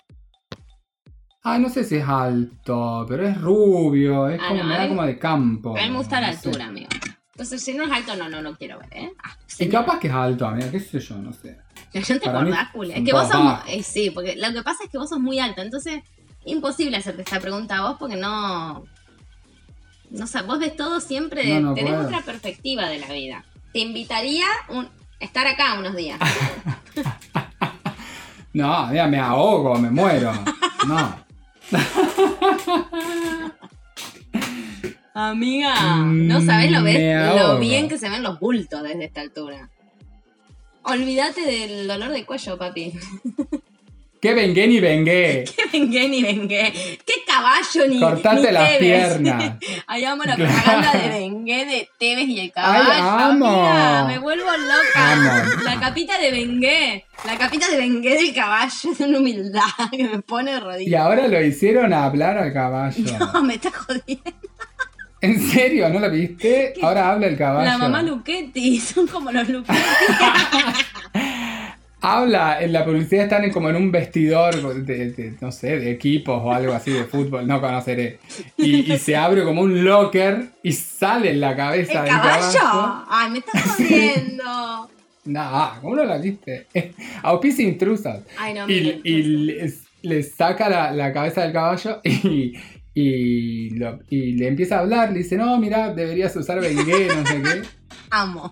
Ah, no sé si es alto, pero es rubio, es Ah, como, no, me a da mí- como de campo. A mí me gusta la no sé. altura, amigo. Entonces, si no es alto, no, no lo quiero ver, ¿eh? Ah. Y capaz que es alto, amiga, qué sé yo, no sé. No te Para mí acordás, Julia. Es son que vos sos... todos mu- bajos. eh, sí, porque lo que pasa es que vos sos muy alto, entonces imposible hacerte esta pregunta a vos porque no... No sé, vos ves todo siempre, No, no tenés puedo. otra perspectiva de la vida. Te invitaría un, estar acá unos días. No, amiga, me ahogo, me muero. No. Amiga, no sabés lo, ves, Me lo ahogo. bien que se ven los bultos desde esta altura. Olvídate del dolor de cuello, papi. Que vengué ni vengué. Que vengué ni vengué. Qué caballo ni Cortate ni las Tevez. piernas. Ahí amo la Claro. propaganda de Bengué, de Tevez y el caballo. Ay, amo. Amiga, me vuelvo loca. Amo. La capita de Bengué. La capita de Bengué del caballo es una humildad que me pone de Y rodillas. ahora lo hicieron hablar al caballo. No, me está jodiendo. ¿En serio? ¿No lo viste? ¿Qué? Ahora habla el caballo. La mamá Luchetti. Son como los Luchetti. Habla, en la publicidad están en- como en un vestidor de, de, no sé, de equipos o algo así de fútbol, no conoceré. Y, y se abre como un locker y sale en la cabeza ¿El del caballo? caballo. Ay, me estás jodiendo. No, ¿cómo no la viste? Auspicia intrusos. Ay, no, Y, miren. y le, le saca la, la cabeza del caballo y, y, lo- y le empieza a hablar. Le dice, no, mira, deberías usar Bengué, no sé qué. Amo.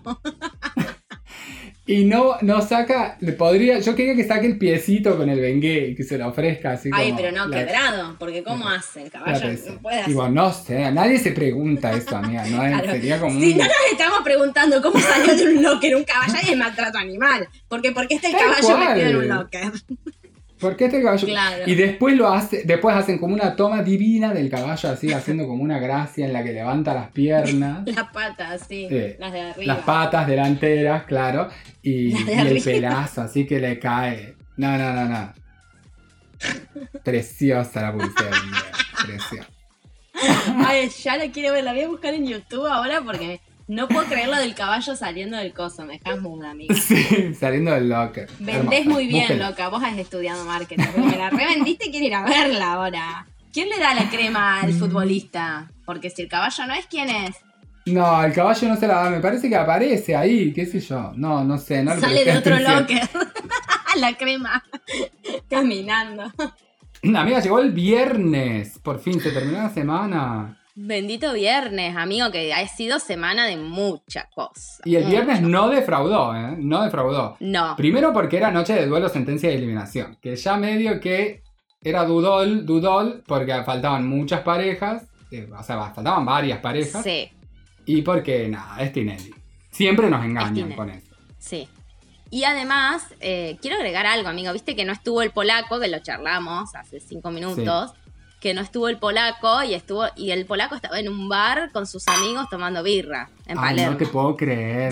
Y no, no saca, le podría, yo quería que saque el piecito con el Bengué y que se lo ofrezca así Ay, como pero no la- quebrado. Porque ¿cómo hace? El la caballo cabeza. no puede Y hacer. bueno, no sé, nadie se pregunta eso, amiga, ¿no? Claro. Sería como Si un... no nos estamos preguntando cómo salió de un locker un caballo y es maltrato animal. Porque ¿por qué está el Tal caballo cual. metido en un locker? ¿Por qué este caballo? Claro. Y después lo hace, después hacen como una toma divina del caballo así, haciendo como una gracia en la que levanta las piernas. Las patas, sí. Eh, las de arriba. Las patas delanteras, claro, y, Las de y el arriba. pelazo, así que le cae. No, no, no, no. Preciosa la publicidad. Preciosa. Ay, ya la quiero ver. La voy a buscar en YouTube ahora porque no puedo creer lo del caballo saliendo del coso. Me dejas muda, amiga. Sí, saliendo del locker. Vendés Hermosa. muy bien, Búsquenla. loca. Vos has estudiado marketing. Porque me la revendiste y quiero ir a verla ahora. ¿Quién le da la crema al futbolista? Porque si el caballo no es, ¿quién es? No, el caballo no se la da, me parece que aparece ahí, qué sé yo. No, no sé, no le Sale presté de otro atención. locker. La crema. Caminando. Amiga, llegó el viernes. Por fin, se terminó la semana. Bendito viernes, amigo, que ha sido semana de mucha cosa. Y el Mucha. viernes no defraudó, ¿eh? No defraudó. No. Primero porque era noche de duelo, sentencia y eliminación. Que ya medio que era dudol, dudol, porque faltaban muchas parejas. eh, o sea, faltaban varias parejas. Sí, Y porque, nada, es Tinelli. Siempre nos engañan Tinelli. con eso. sí. Y además, eh, quiero agregar algo, amigo. Viste que no estuvo el polaco, que lo charlamos hace cinco minutos. Que no estuvo el polaco y estuvo y el polaco estaba en un bar con sus amigos tomando birra en Ay, Palermo. no te puedo creer.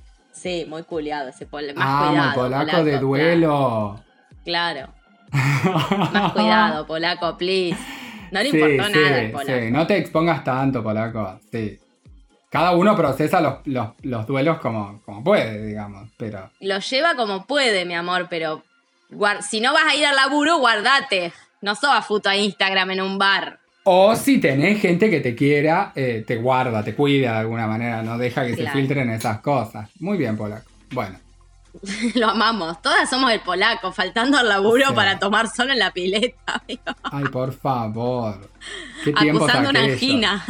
Sí, muy culiado ese polaco. Más Amo, cuidado. el polaco, de duelo. Claro, claro. Más cuidado, polaco, please. No le Sí, importó sí, nada al polaco. sí, no te expongas tanto, polaco. Sí. Cada uno procesa los, los, los duelos como, como puede, digamos. Pero. Lo lleva como puede, mi amor, pero guar- si no vas a ir al laburo, guardate. No subas foto a Instagram en un bar. O si tenés gente que te quiera, eh, te guarda, te cuida de alguna manera, no deja que Claro. se filtren esas cosas. Muy bien, polaco. Bueno. Lo amamos. Todas somos el polaco, faltando al laburo Sí. para tomar solo en la pileta, amigo. Ay, por favor. ¿Qué tiempos Acusando una aquellos? angina.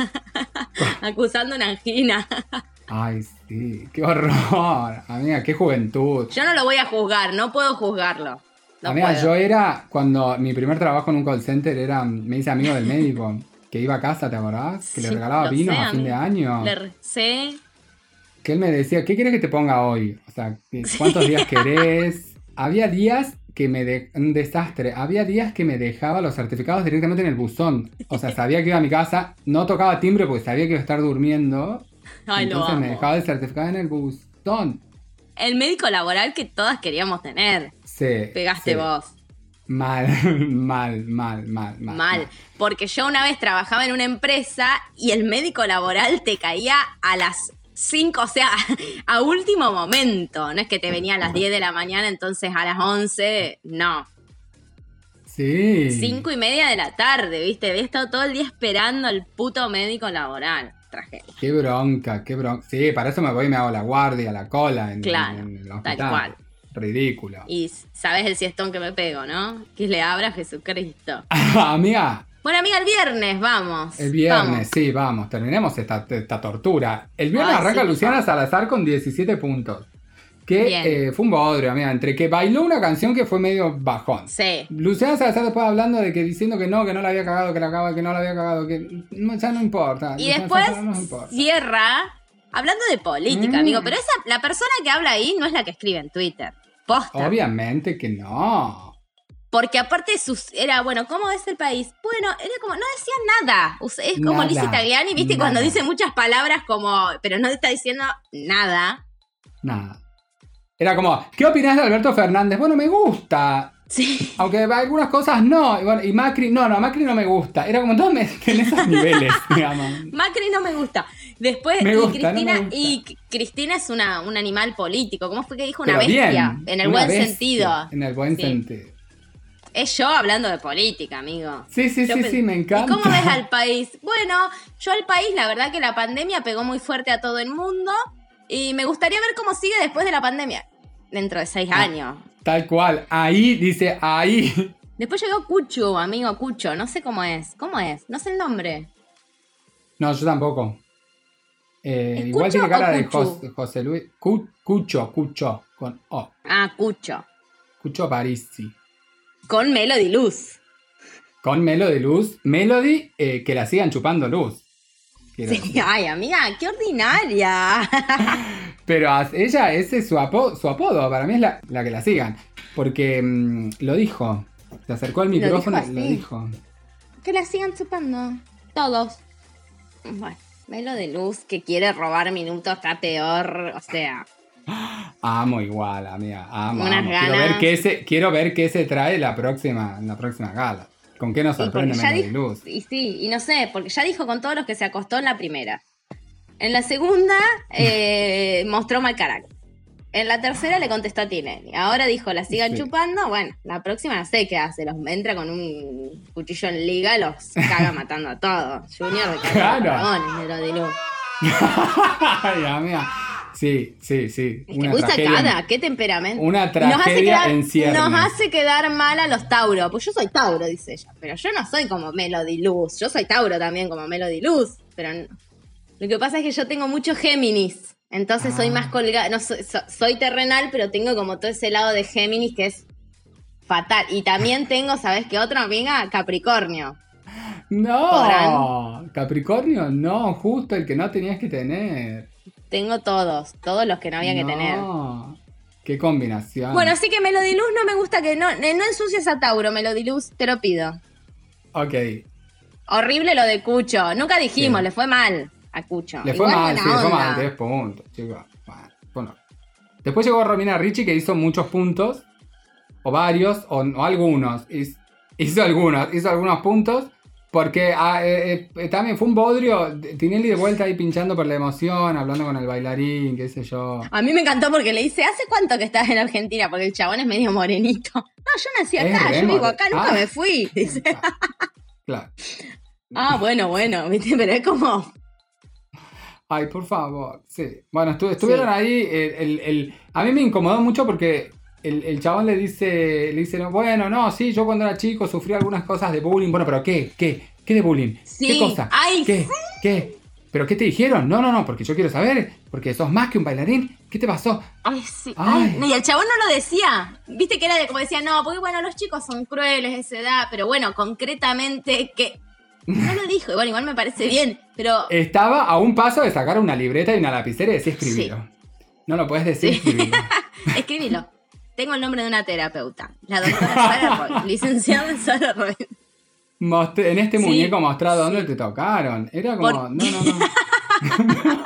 Acusando una angina. Ay, sí. Qué horror. Amiga, qué juventud. Yo no lo voy a juzgar, no puedo juzgarlo. No Amiga, puedo. yo era, cuando mi primer trabajo en un call center era, me hice amigo del médico, que iba a casa, ¿te acordás? Que le Sí, regalaba lo vinos sé, a fin de amigo. año. Le re- sí. Que él me decía, ¿qué querés que te ponga hoy? O sea, ¿cuántos días querés? Había días que me... De... Un desastre. Había días que me dejaba los certificados directamente en el buzón. O sea, sabía que iba a mi casa, no tocaba timbre porque sabía que iba a estar durmiendo. Ay, lo entonces me amo. dejaba el certificado en el buzón. El médico laboral que todas queríamos tener. Sí. Pegaste sí. vos. Mal, mal, mal, mal, mal. Mal. Porque yo una vez trabajaba en una empresa y el médico laboral te caía a las cinco, o sea, a último momento. No es que te venía a las diez de la mañana, entonces a las once, no. Sí. Cinco y media de la tarde, ¿viste? Había estado todo el día esperando al puto médico laboral. tragedia. Qué bronca, qué bronca. Sí, para eso me voy y me hago la guardia, la cola en, Claro, en el hospital. tal cual. Ridículo. Y sabes el siestón que me pego, ¿no? Que le abra a Jesucristo. Amiga, Bueno, amiga, el viernes, vamos. el viernes, Vamos. sí, vamos, terminemos esta, esta tortura. El viernes Ay, arranca sí, Luciana Salazar con diecisiete puntos. Que Bien. eh, fue un bodrio, amiga, entre que bailó una canción que fue medio bajón. Sí. Luciana Salazar después hablando de que diciendo que no, que no la había cagado, que la acaba, que no la había cagado, que no, ya no importa. Y Luciana después Salazar no nos importa. cierra hablando de política, Mm. amigo. Pero esa, la persona que habla ahí no es la que escribe en Twitter. Posta. Obviamente que no. Porque aparte sus, era, bueno, ¿cómo es el país? Bueno, era como, no decía nada. O sea, es como Nada, Lizzie Tagliani, ¿viste? nada. Cuando dice muchas palabras como, pero no está diciendo nada. Nada. Era como, ¿qué opinás de Alberto Fernández? Bueno, me gusta. Sí. Aunque algunas cosas no. Y, bueno, y Macri, no, no, Macri no me gusta. Era como, no, me, en esos niveles, digamos. Macri no me gusta. Después, Me y gusta, Cristina, no me gusta. y C- Cristina es una, un animal político. ¿Cómo fue que dijo? Una Pero bestia. bien, En el una buen bestia, sentido. En el buen Sí. sentido. Es yo hablando de política, amigo. Sí, sí, Yo sí, pe- sí, me encanta. ¿Y cómo ves al país? Bueno, yo al país, la verdad que la pandemia pegó muy fuerte a todo el mundo y me gustaría ver cómo sigue después de la pandemia, dentro de seis Ah. años. Tal cual. Ahí, dice, ahí. Después llegó Cucho, amigo Cucho, no sé cómo es. ¿Cómo es? No sé el nombre. No, yo tampoco. Eh, ¿Es igual Cucho tiene cara o de Cuchu? Jos- José Luis. Cu- Cucho, Cucho. Con O. Ah, Cucho. Cucho Parisi. Con Melody Luz. Con Melody Luz. Melody, eh, que la sigan chupando luz. Quiero Sí, decir. ay, amiga, qué ordinaria. Pero a- ella, ese es su, apo- su apodo. Para mí es la, la que la sigan. Porque mm, lo dijo. Se acercó al dijo micrófono y así. lo dijo. Que la sigan chupando. Todos. Bueno, Melody Luz que quiere robar minutos está peor. O sea, Amo igual, amiga. Amo, Unas amo. Quiero ganas. ver qué se, quiero ver qué se trae la próxima, la próxima gala. ¿Con qué nos sí, sorprende porque ya Melody dijo, Luz? y sí, y no sé, porque ya dijo con todos los que se acostó en la primera. En la segunda eh, mostró mal carácter. En la tercera le contestó a Tinelli. Ahora dijo, la sigan Sí. chupando. Bueno, la próxima no sé qué hace. Los entra con un cuchillo en liga, los caga matando a todos. Junior de Claro. dragones, Melody Luz. Ay, amiga. Sí, sí, sí. Es que muy tragedia. sacada, qué temperamento. Una Y nos hace tragedia quedar, en ciernes. Nos hace quedar mal a los Tauro. Pues yo soy Tauro, dice ella. Pero yo no soy como Melody Luz. Yo soy Tauro también como Melody Luz. Pero no. Lo que pasa es que yo tengo mucho Géminis. Entonces Ah. soy más colgada. No, soy, so- soy terrenal, pero tengo como todo ese lado de Géminis que es fatal. Y también tengo, ¿sabes qué otra amiga? Capricornio. No, ¿Podrán? Capricornio, no, justo el que no tenías que tener. Tengo todos. Todos los que no había que tener. No, qué combinación. Bueno, así que Melody Luz no me gusta que no, eh, no ensucies a Tauro, Melody Luz, te lo pido. Ok, Horrible lo de Cucho. Nunca dijimos, Sí. le fue mal a Cucho. le fue Igual mal, buena sí, le fue onda. mal, tres puntos, chicos. Bueno, bueno. Después llegó Romina Ricci que hizo muchos puntos, o varios, o, o algunos. Hiz- Hizo algunos, hizo algunos puntos, porque ah, eh, eh, también fue un bodrio. Tinelli de vuelta ahí pinchando por la emoción, hablando con el bailarín, qué sé yo. A mí me encantó porque le dice, ¿hace cuánto que estás en Argentina? Porque el chabón es medio morenito. No, yo nací Es acá, re yo vivo more- acá, nunca Ah. me fui. Dice. Claro. Ah, bueno, bueno, ¿viste? Pero es como... Ay, por favor, sí. Bueno, estu- estuvieron Sí. ahí. El, el- el- a mí me incomodó mucho porque el, el chabón le dice, le dice, no, bueno, no, sí, yo cuando era chico sufrí algunas cosas de bullying. Bueno, pero ¿qué? ¿Qué? ¿Qué de bullying? Sí. ¿Qué cosa? Ay, ¿Qué? sí. ¿Qué? ¿Pero qué te dijeron? No, no, no, porque yo quiero saber, porque sos más que un bailarín. ¿Qué te pasó? Ay, sí. Ay. Ay, no, y el chabón no lo decía. Viste que era de como decía, no, porque bueno, los chicos son crueles de esa edad, pero bueno, concretamente que... No lo dijo, igual, igual me parece bien, pero... Estaba a un paso de sacar una libreta y una lapicera y decir escribilo. No lo puedes decir, Sí. escribilo. Escribilo. Tengo el nombre de una terapeuta, la doctora Sara Roy, licenciada en Sara Roy. Mostré- en este Sí, muñeco mostrado dónde sí. te tocaron. Era como, Por- no, no, no.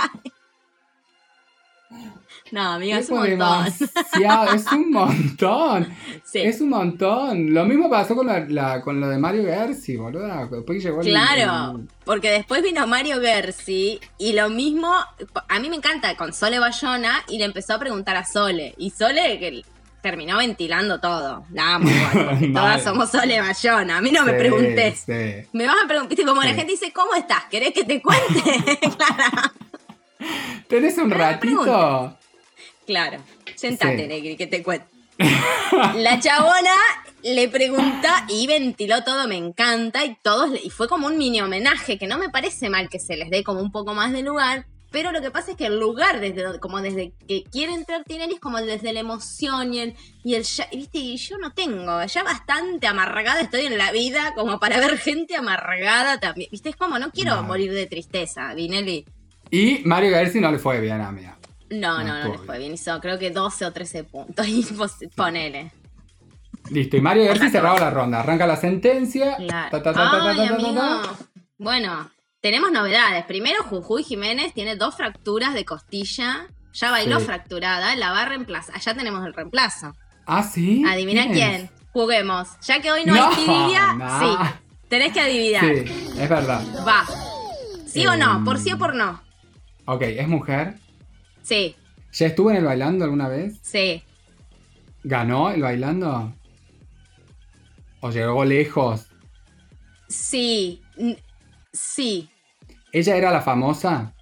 No, amiga, es Es un montón. demasiado, es un montón. Sí. Es un montón. Lo mismo pasó con, la, la- con lo de Mario Gersi, boludo. Después llegó el- Claro, el- porque después vino Mario Gersi y lo mismo, a mí me encanta con Sole Bayona y le empezó a preguntar a Sole. Y Sole, que terminó ventilando todo. La amo igual, porque Mal. todas somos Sole Bayona. A mí no me Sí, preguntes. sí. Me vas a preguntar, viste, como Sí. la gente dice, ¿cómo estás? ¿Querés que te cuente? Claro. ¿Tenés un Pero no ratito? Claro. Sentate, Sí. Negri, que te cuente. La chabona le pregunta y ventiló todo, me encanta, y todos, y fue como un mini homenaje, que no me parece mal que se les dé como un poco más de lugar, pero lo que pasa es que el lugar, desde donde- como desde que quiere entrar Tinelli, es como desde la emoción y el, y el ya- viste, y yo no tengo, ya bastante amargada estoy en la vida como para ver gente amargada también, viste, es como no quiero Vale. morir de tristeza, Vinelli. Y Mario Gersi no le fue bien, amiga. No, No no, no, estuvo le fue bien. bien, hizo creo que doce o trece puntos, y vos ponele. Listo, y Mario Gersi catorce. cerraba la ronda. Arranca la sentencia. Claro. Ta, ta, ta, ta, ta, Ay, ta, ta, ta. amigo. Bueno, tenemos novedades. Primero, Jujuy Jiménez tiene dos fracturas de costilla. Ya bailó Sí. fracturada, la va a reemplazar. Allá tenemos el reemplazo. Ah, sí. Adivina quién. es? Juguemos. Ya que hoy no, No, hay trivia, no. sí. Tenés que adivinar. Sí, es verdad. Va. ¿Sí o no? Em. ¿Por sí o por no? Ok, ¿es mujer? Sí, ¿Ya estuvo en el bailando alguna vez? sí. ¿Ganó el bailando? ¿O llegó lejos? Sí. N- Sí. ¿Ella era la famosa?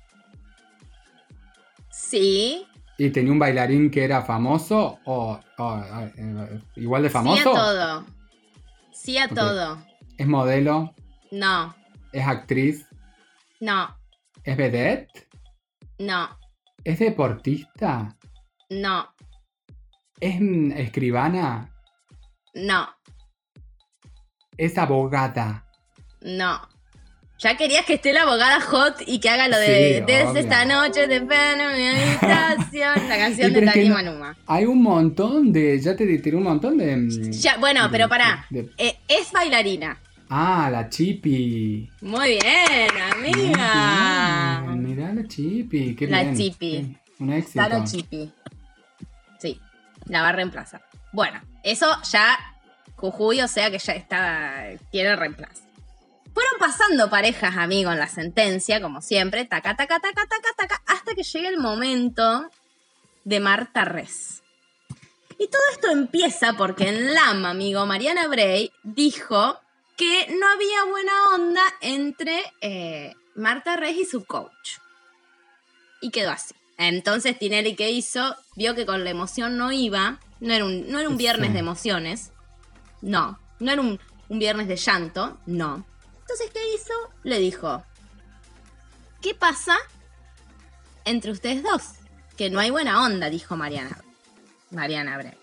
Sí. ¿Y tenía un bailarín que era famoso? ¿O, o, eh, igual de famoso? Sí a todo. Sí a Ok. todo. ¿Es modelo? No. ¿Es actriz? No. ¿Es vedette? No. ¿Es deportista? No. ¿Es mm, escribana? No. ¿Es abogada? No. Ya querías que esté la abogada hot y que haga lo Sí, de Desde obvio. esta noche te espero en mi habitación. La canción Y de pero es que Tati no- Manuma. Hay un montón de... Ya te tiré un montón de... mm, Ya, bueno, de- pero pará. de- de- Eh, es bailarina. Ah, la Chipi. Muy bien, amiga. Muy bien, mirá la Chipi. Qué La bien. Chipi. Sí, un éxito. Taro Chipi. Sí, la va a reemplazar. Bueno, eso ya Jujuy, o sea que ya está, quiere reemplazo. Fueron pasando parejas, amigo, en la sentencia, como siempre, taca, taca, taca, taca, taca, hasta que llega el momento de Marta Res. Y todo esto empieza porque en Lama, amigo, Mariana Bray dijo que no había buena onda entre eh, Marta Res y su coach. Y quedó así. Entonces Tinelli, ¿qué hizo? Vio que con la emoción no iba. No era un, no era un viernes Sí. de emociones. No. No era un, un viernes de llanto. No. Entonces, ¿qué hizo? Le dijo, ¿qué pasa entre ustedes dos? Que no hay buena onda, dijo Mariana. Mariana Bray.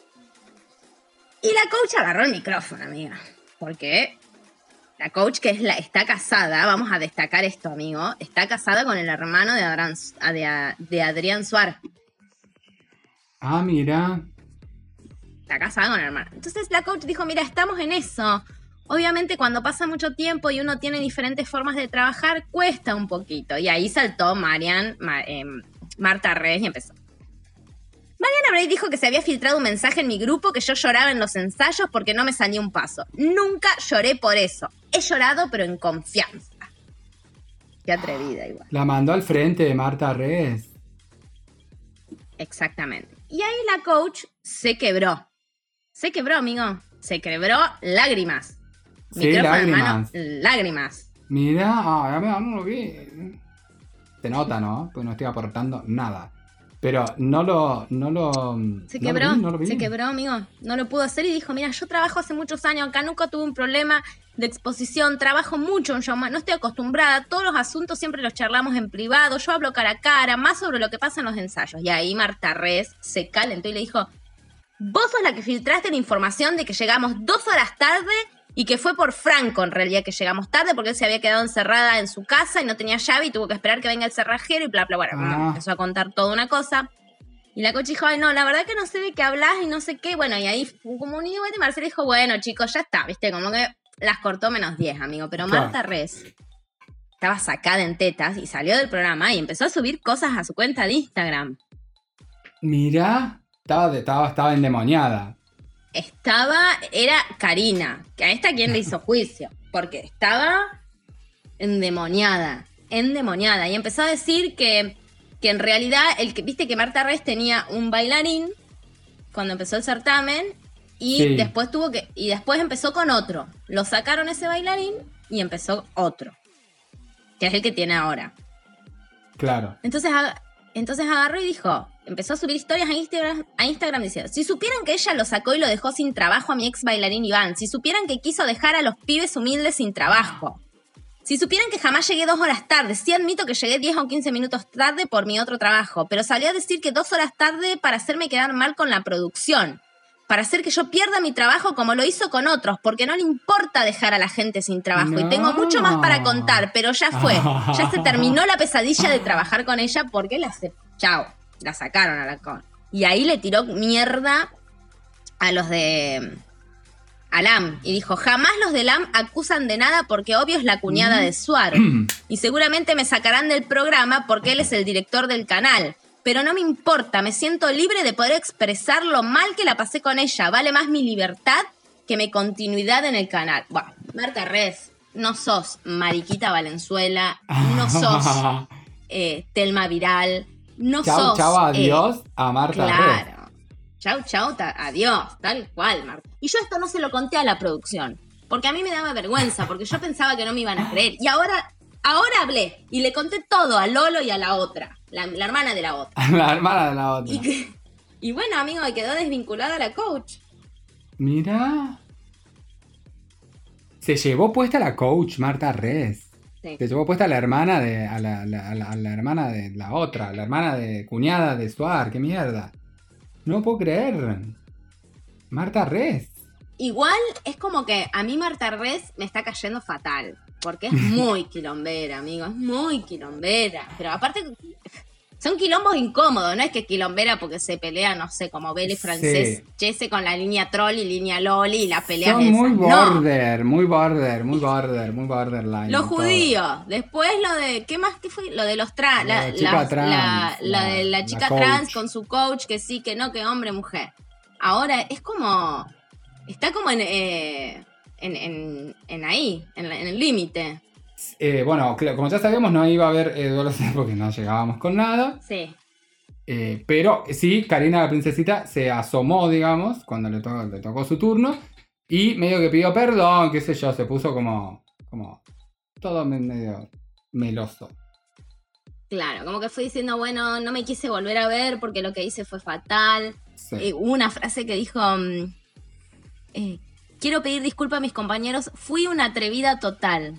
Y la coach agarró el micrófono, amiga. Porque la coach, que es la, está casada, vamos a destacar esto, amigo, está casada con el hermano de Adrián, de, de Adrián Suárez. Ah, mira. Está casada con el hermano. Entonces la coach dijo, mira, estamos en eso. Obviamente cuando pasa mucho tiempo y uno tiene diferentes formas de trabajar, cuesta un poquito. Y ahí saltó Marian, Ma- eh, Marta Res y empezó. Mariana Bray dijo que se había filtrado un mensaje en mi grupo que yo lloraba en los ensayos porque no me salía un paso. Nunca lloré por eso. He llorado, pero en confianza. Qué atrevida igual. La mandó al frente de Marta Res. Exactamente. Y ahí la coach se quebró. Se quebró, amigo. Se quebró lágrimas. Sí, Micrófono en lágrimas. mano, lágrimas. Mira, ah, ya me- no lo vi. Se nota, ¿no? Pues no estoy aportando nada. Pero no lo... No lo Se no lo quebró, vi, no lo vi. se quebró, amigo. No lo pudo hacer y dijo, mira, yo trabajo hace muchos años acá, nunca tuve un problema de exposición, trabajo mucho en showman, no estoy acostumbrada, todos los asuntos siempre los charlamos en privado, yo hablo cara a cara, más sobre lo que pasa en los ensayos. Y ahí Marta Res se calentó y le dijo, vos sos la que filtraste la información de que llegamos dos horas tarde y que fue por Franco en realidad que llegamos tarde porque él se había quedado encerrada en su casa y no tenía llave y tuvo que esperar que venga el cerrajero y bla, bla, bla. Bueno, Ah. empezó a contar toda una cosa. Y la coach dijo, ay, no, la verdad que no sé de qué hablas y no sé qué. Bueno, y ahí fue como un ida y vuelta y Marcela dijo, bueno, chicos, ya está, viste, como que las cortó menos diez, amigo. Pero Claro. Marta Res estaba sacada en tetas y salió del programa y empezó a subir cosas a su cuenta de Instagram. Mira, estaba, de- estaba, estaba endemoniada. Estaba, era Karina, que a esta quien le hizo juicio, porque estaba endemoniada, endemoniada. Y empezó a decir que, que en realidad, el que viste que Marta Res tenía un bailarín cuando empezó el certamen, y Sí. después tuvo que, y después empezó con otro. Lo sacaron ese bailarín y empezó otro, que es el que tiene ahora. Claro. Entonces, ag- entonces agarró y dijo, empezó a subir historias a Instagram, a Instagram diciendo, si supieran que ella lo sacó y lo dejó sin trabajo a mi ex bailarín Iván, si supieran que quiso dejar a los pibes humildes sin trabajo, si supieran que jamás llegué dos horas tarde, sí admito que llegué diez o quince minutos tarde por mi otro trabajo, pero salió a decir que dos horas tarde para hacerme quedar mal con la producción, para hacer que yo pierda mi trabajo como lo hizo con otros, porque no le importa dejar a la gente sin trabajo. No. Y tengo mucho más para contar, pero ya fue. Ya se terminó la pesadilla de trabajar con ella porque la se... Chao, la sacaron a la con. Y ahí le tiró mierda a los de... a L A M. Y dijo, jamás los de L A M acusan de nada porque obvio es la cuñada de Suar. Y seguramente me sacarán del programa porque él es el director del canal. Pero no me importa, me siento libre de poder expresar lo mal que la pasé con ella. Vale más mi libertad que mi continuidad en el canal. Bueno, Marta Res, no sos Mariquita Valenzuela, no sos eh, Telma Viral, no Chau, sos... chau, eh, adiós a Marta Res. Claro. Chau, chau, ta- adiós, tal cual, Marta. Y yo esto no se lo conté a la producción, porque a mí me daba vergüenza, porque yo pensaba que no me iban a creer. Y ahora, ahora hablé y le conté todo a Lolo y a la otra, la, la hermana de la otra. La hermana de la otra. Y, que- y bueno, amigo, quedó desvinculada la coach. Mira. Se llevó puesta la coach Marta Res. Sí. Se llevó puesta la hermana de. A la, la- a la- a la hermana de la otra. La hermana de cuñada de Suar. ¡Qué mierda! No puedo creer. Marta Res. Igual es como que a mí Marta Res me está cayendo fatal, porque es muy quilombera, amigo, es muy quilombera. Pero aparte, son quilombos incómodos, no es que quilombera porque se pelea, no sé, como Belle francés, Sí. Jesse con la línea troll y línea loli y las peleas Son esas. muy No, border, muy border, muy border, muy borderline. los todo. judíos, después lo de, ¿qué más? ¿Qué fue? Lo de los trans, La la, chica la- trans, la- la la- de la la chica coach. trans con su coach, que sí, que no, que hombre, mujer. Ahora es como, está como en, eh, en, en, en ahí, en, la- en el límite. Eh, bueno, cl- como ya sabíamos, no iba a haber eh, duelos porque no llegábamos con nada. Sí. Eh, pero sí, Karina la princesita se asomó, digamos, cuando le, to- le tocó su turno. Y medio que pidió perdón, qué sé yo, se puso como, como todo me- medio meloso. Claro, como que fue diciendo, bueno, no me quise volver a ver porque lo que hice fue fatal. Sí. Eh, hubo una frase que dijo, mm, eh, quiero pedir disculpas a mis compañeros, fui una atrevida total.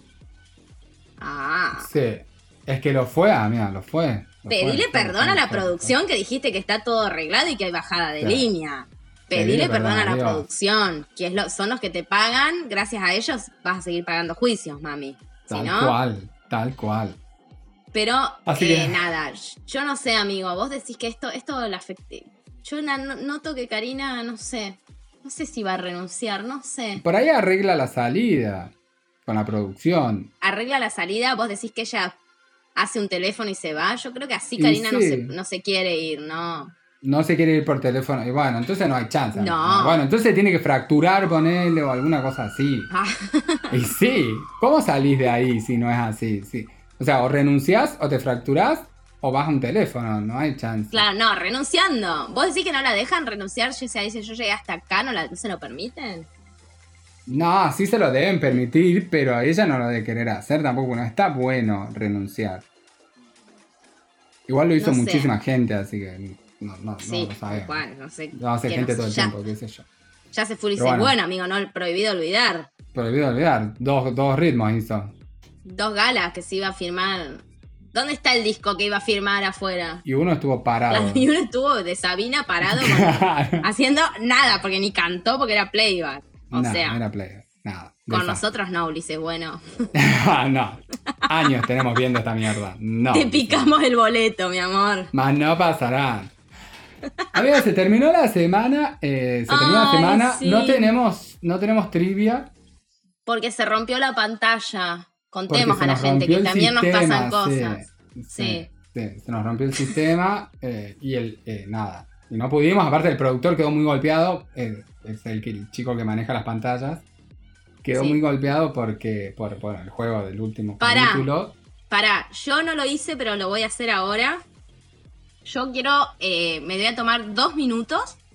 Ah, Sí. Es que lo fue, ah, mira, lo fue. Lo pedile fue, perdón fue, a la fue, producción que dijiste que está todo arreglado y que hay bajada de Claro. línea. Pedile Pedile perdón, perdón a a la Dios. producción, que es lo, son los que te pagan, gracias a ellos vas a seguir pagando juicios, mami. Si Tal no, cual, tal cual. pero Así eh, que- nada, yo no sé, amigo, vos decís que esto, esto la afecte. Yo na- no- noto que Karina, no sé, no sé si va a renunciar, no sé. Por ahí arregla la salida con la producción. Arregla la salida, vos decís que ella hace un teléfono y se va. Yo creo que así Y Karina no, sí. se, no se quiere ir, ¿no? No se quiere ir por teléfono. Y bueno, entonces no hay chance. No. Bueno, entonces tiene que fracturar, ponerle o alguna cosa así. Ah, Y sí, ¿cómo salís de ahí si no es así? Sí. O sea, o renunciás o te fracturás o vas a un teléfono, no hay chance. claro, no, renunciando. ¿Vos decís que no la dejan renunciar? O sea, dice, yo llegué hasta acá, ¿no, la, no se lo permiten? No, sí se lo deben permitir, pero a ella no lo debe querer hacer tampoco. No está bueno renunciar. Igual lo hizo No sé. muchísima gente, así que no, no, Sí, no lo tal sabemos. cual, no sé. Lo hace que gente no todo el sé, ya, tiempo, qué sé yo. Ya se fue y Pero dice, bueno. bueno, amigo, no, prohibido olvidar. Prohibido olvidar, dos, dos ritmos hizo. Dos galas que se iba a firmar. ¿Dónde está el disco que iba a firmar afuera? Y uno estuvo parado. Claro, y uno estuvo de Sabina parado con- haciendo nada, porque ni cantó porque era playback. O no, sea, no era player, nada. con desastre. nosotros no, Ulises, bueno. No, años tenemos viendo esta mierda. No. Te picamos el boleto, mi amor. Más no pasará. Amigos, se terminó la semana. eh, se terminó la Ay, semana. sí. No tenemos, no tenemos trivia. Porque se rompió la pantalla. Contemos porque a la se nos gente rompió que el también nos sistema, pasan cosas. Sí, Sí. sí, sí, se nos rompió el sistema eh, y el eh, nada. Y no pudimos, aparte el productor quedó muy golpeado. eh, es el, que- el chico que maneja las pantallas. Quedó Sí. muy golpeado porque por, por el juego del último Pará. capítulo. Pará, yo no lo hice, pero lo voy a hacer ahora. Yo quiero, eh, me voy a tomar dos minutos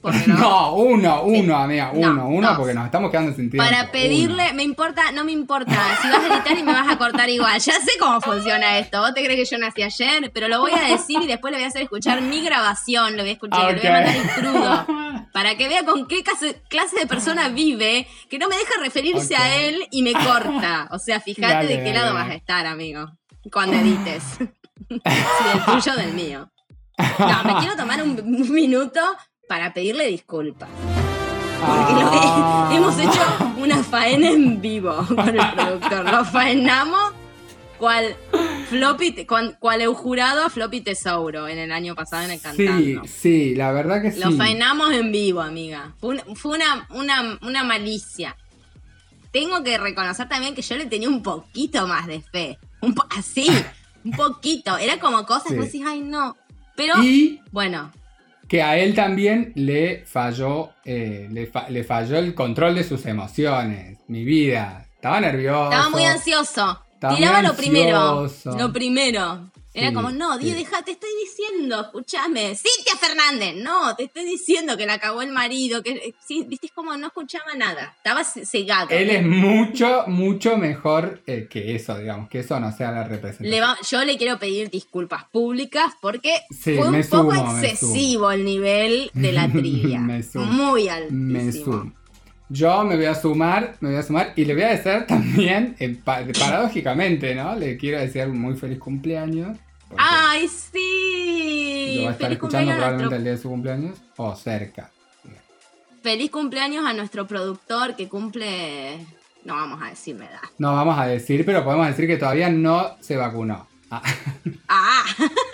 porque no. No, uno, uno, Sí. amiga, uno, No, uno, dos. porque nos estamos quedando sin tiempo. Para pedirle, Uno. me importa, no me importa. Si vas a editar y me vas a cortar igual. Ya sé cómo funciona esto. Vos te crees que yo nací ayer, pero lo voy a decir y después le voy a hacer escuchar mi grabación. Lo voy a escuchar, Ok. le voy a mandar en crudo. Para que vea con qué clase, clase de persona vive, que no me deja referirse Ok. a él y me corta. O sea, fíjate Dale, de qué dale, lado dale. vas a estar, amigo. Cuando edites. Si del tuyo o del mío. No, me quiero tomar un, un minuto para pedirle disculpas. Porque lo que- Ah. hemos hecho una faena en vivo con el productor. Lo faenamos cual floppy, cual, cual eujurado a Floppy Tesouro en el año pasado en el Sí, Cantando. sí, la verdad que sí. Lo faenamos en vivo, amiga. Fue, un- fue una, una, una malicia. Tengo que reconocer también que yo le tenía un poquito más de fe. Un po- así, un poquito. Era como cosas Sí. que vos decís, ay no. Pero, Y bueno, que a él también le falló, eh, le, fa- le falló el control de sus emociones. Mi vida. Estaba nervioso. estaba muy ansioso. Estaba Tiraba muy lo primero. ansioso. Lo primero. Era Sí, como, no, Dios, sí. deja, te estoy diciendo, escúchame. Cintia Fernández, no, te estoy diciendo que la acabó el marido. Que sí, viste, es como no escuchaba nada. Estaba ce- cegado. Él es mucho, mucho mejor eh, que eso, digamos, que eso no sea la representación. Le va- yo le quiero pedir disculpas públicas porque Sí, fue un me poco sumo, me excesivo el nivel de la trivia. Me sumo. Muy Me altísimo. sumo. Yo me voy a sumar, me voy a sumar y le voy a decir también, eh, pa- paradójicamente, ¿no? Le quiero desear un muy feliz cumpleaños. porque ¡Ay, sí! lo va a estar Feliz escuchando cumpleaños, a probablemente nuestro, el día de su cumpleaños o cerca. feliz cumpleaños a nuestro productor que cumple... No vamos a decir la edad. No vamos a decir, pero podemos decir que todavía no se vacunó. Ah, ¡Ah!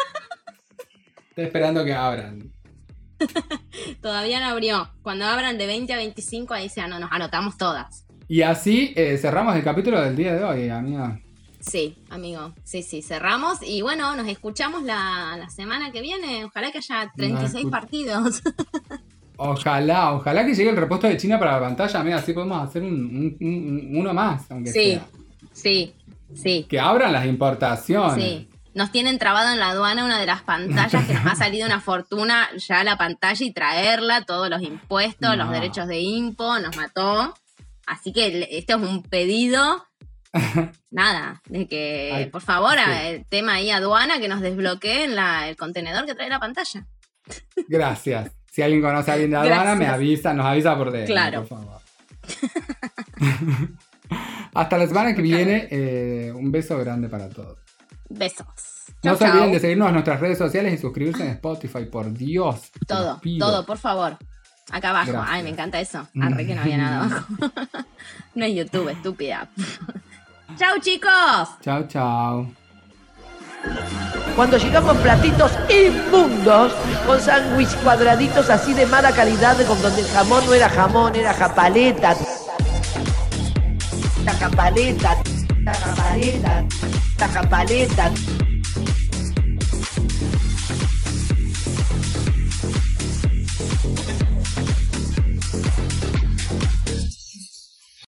estoy esperando que abran. Todavía no abrió. Cuando abran de veinte a veinticinco, ahí se ano- nos anotamos todas. Y así eh, cerramos el capítulo del día de hoy, amiga. Sí, amigo. Sí, sí, cerramos. Y bueno, nos escuchamos la, la semana que viene. Ojalá que haya treinta y seis escu- partidos. Ojalá, ojalá que llegue el repuesto de China para la pantalla, amiga, así podemos hacer un, un- un- uno más, aunque Sí, sea. sí, sí. Que abran las importaciones. Sí. Nos tienen trabado en la aduana una de las pantallas que nos ha salido una fortuna ya la pantalla y traerla, todos los impuestos, No. los derechos de impo, nos mató. Así que el- esto es un pedido, nada, de que Ay, por favor sí. a- el tema ahí aduana que nos desbloqueen la- el contenedor que trae la pantalla. Gracias. Si alguien conoce a alguien de aduana, Gracias. me avisa, nos avisa por D M, Claro. por favor. Hasta la semana que viene, eh, un beso grande para todos. Besos. No Chau, se olviden chau. de seguirnos en nuestras redes sociales y suscribirse en Spotify, por Dios. te lo Todo, pido. todo, por favor. Acá abajo. Gracias. Ay, me encanta eso. Arre que no había nada abajo. No es YouTube, estúpida. Chau, chicos. Chao, chao. Cuando llegamos platitos inmundos, con sándwich cuadraditos así de mala calidad, con donde el jamón no era jamón, era japaleta. La japaleta, la japaleta, la japaleta.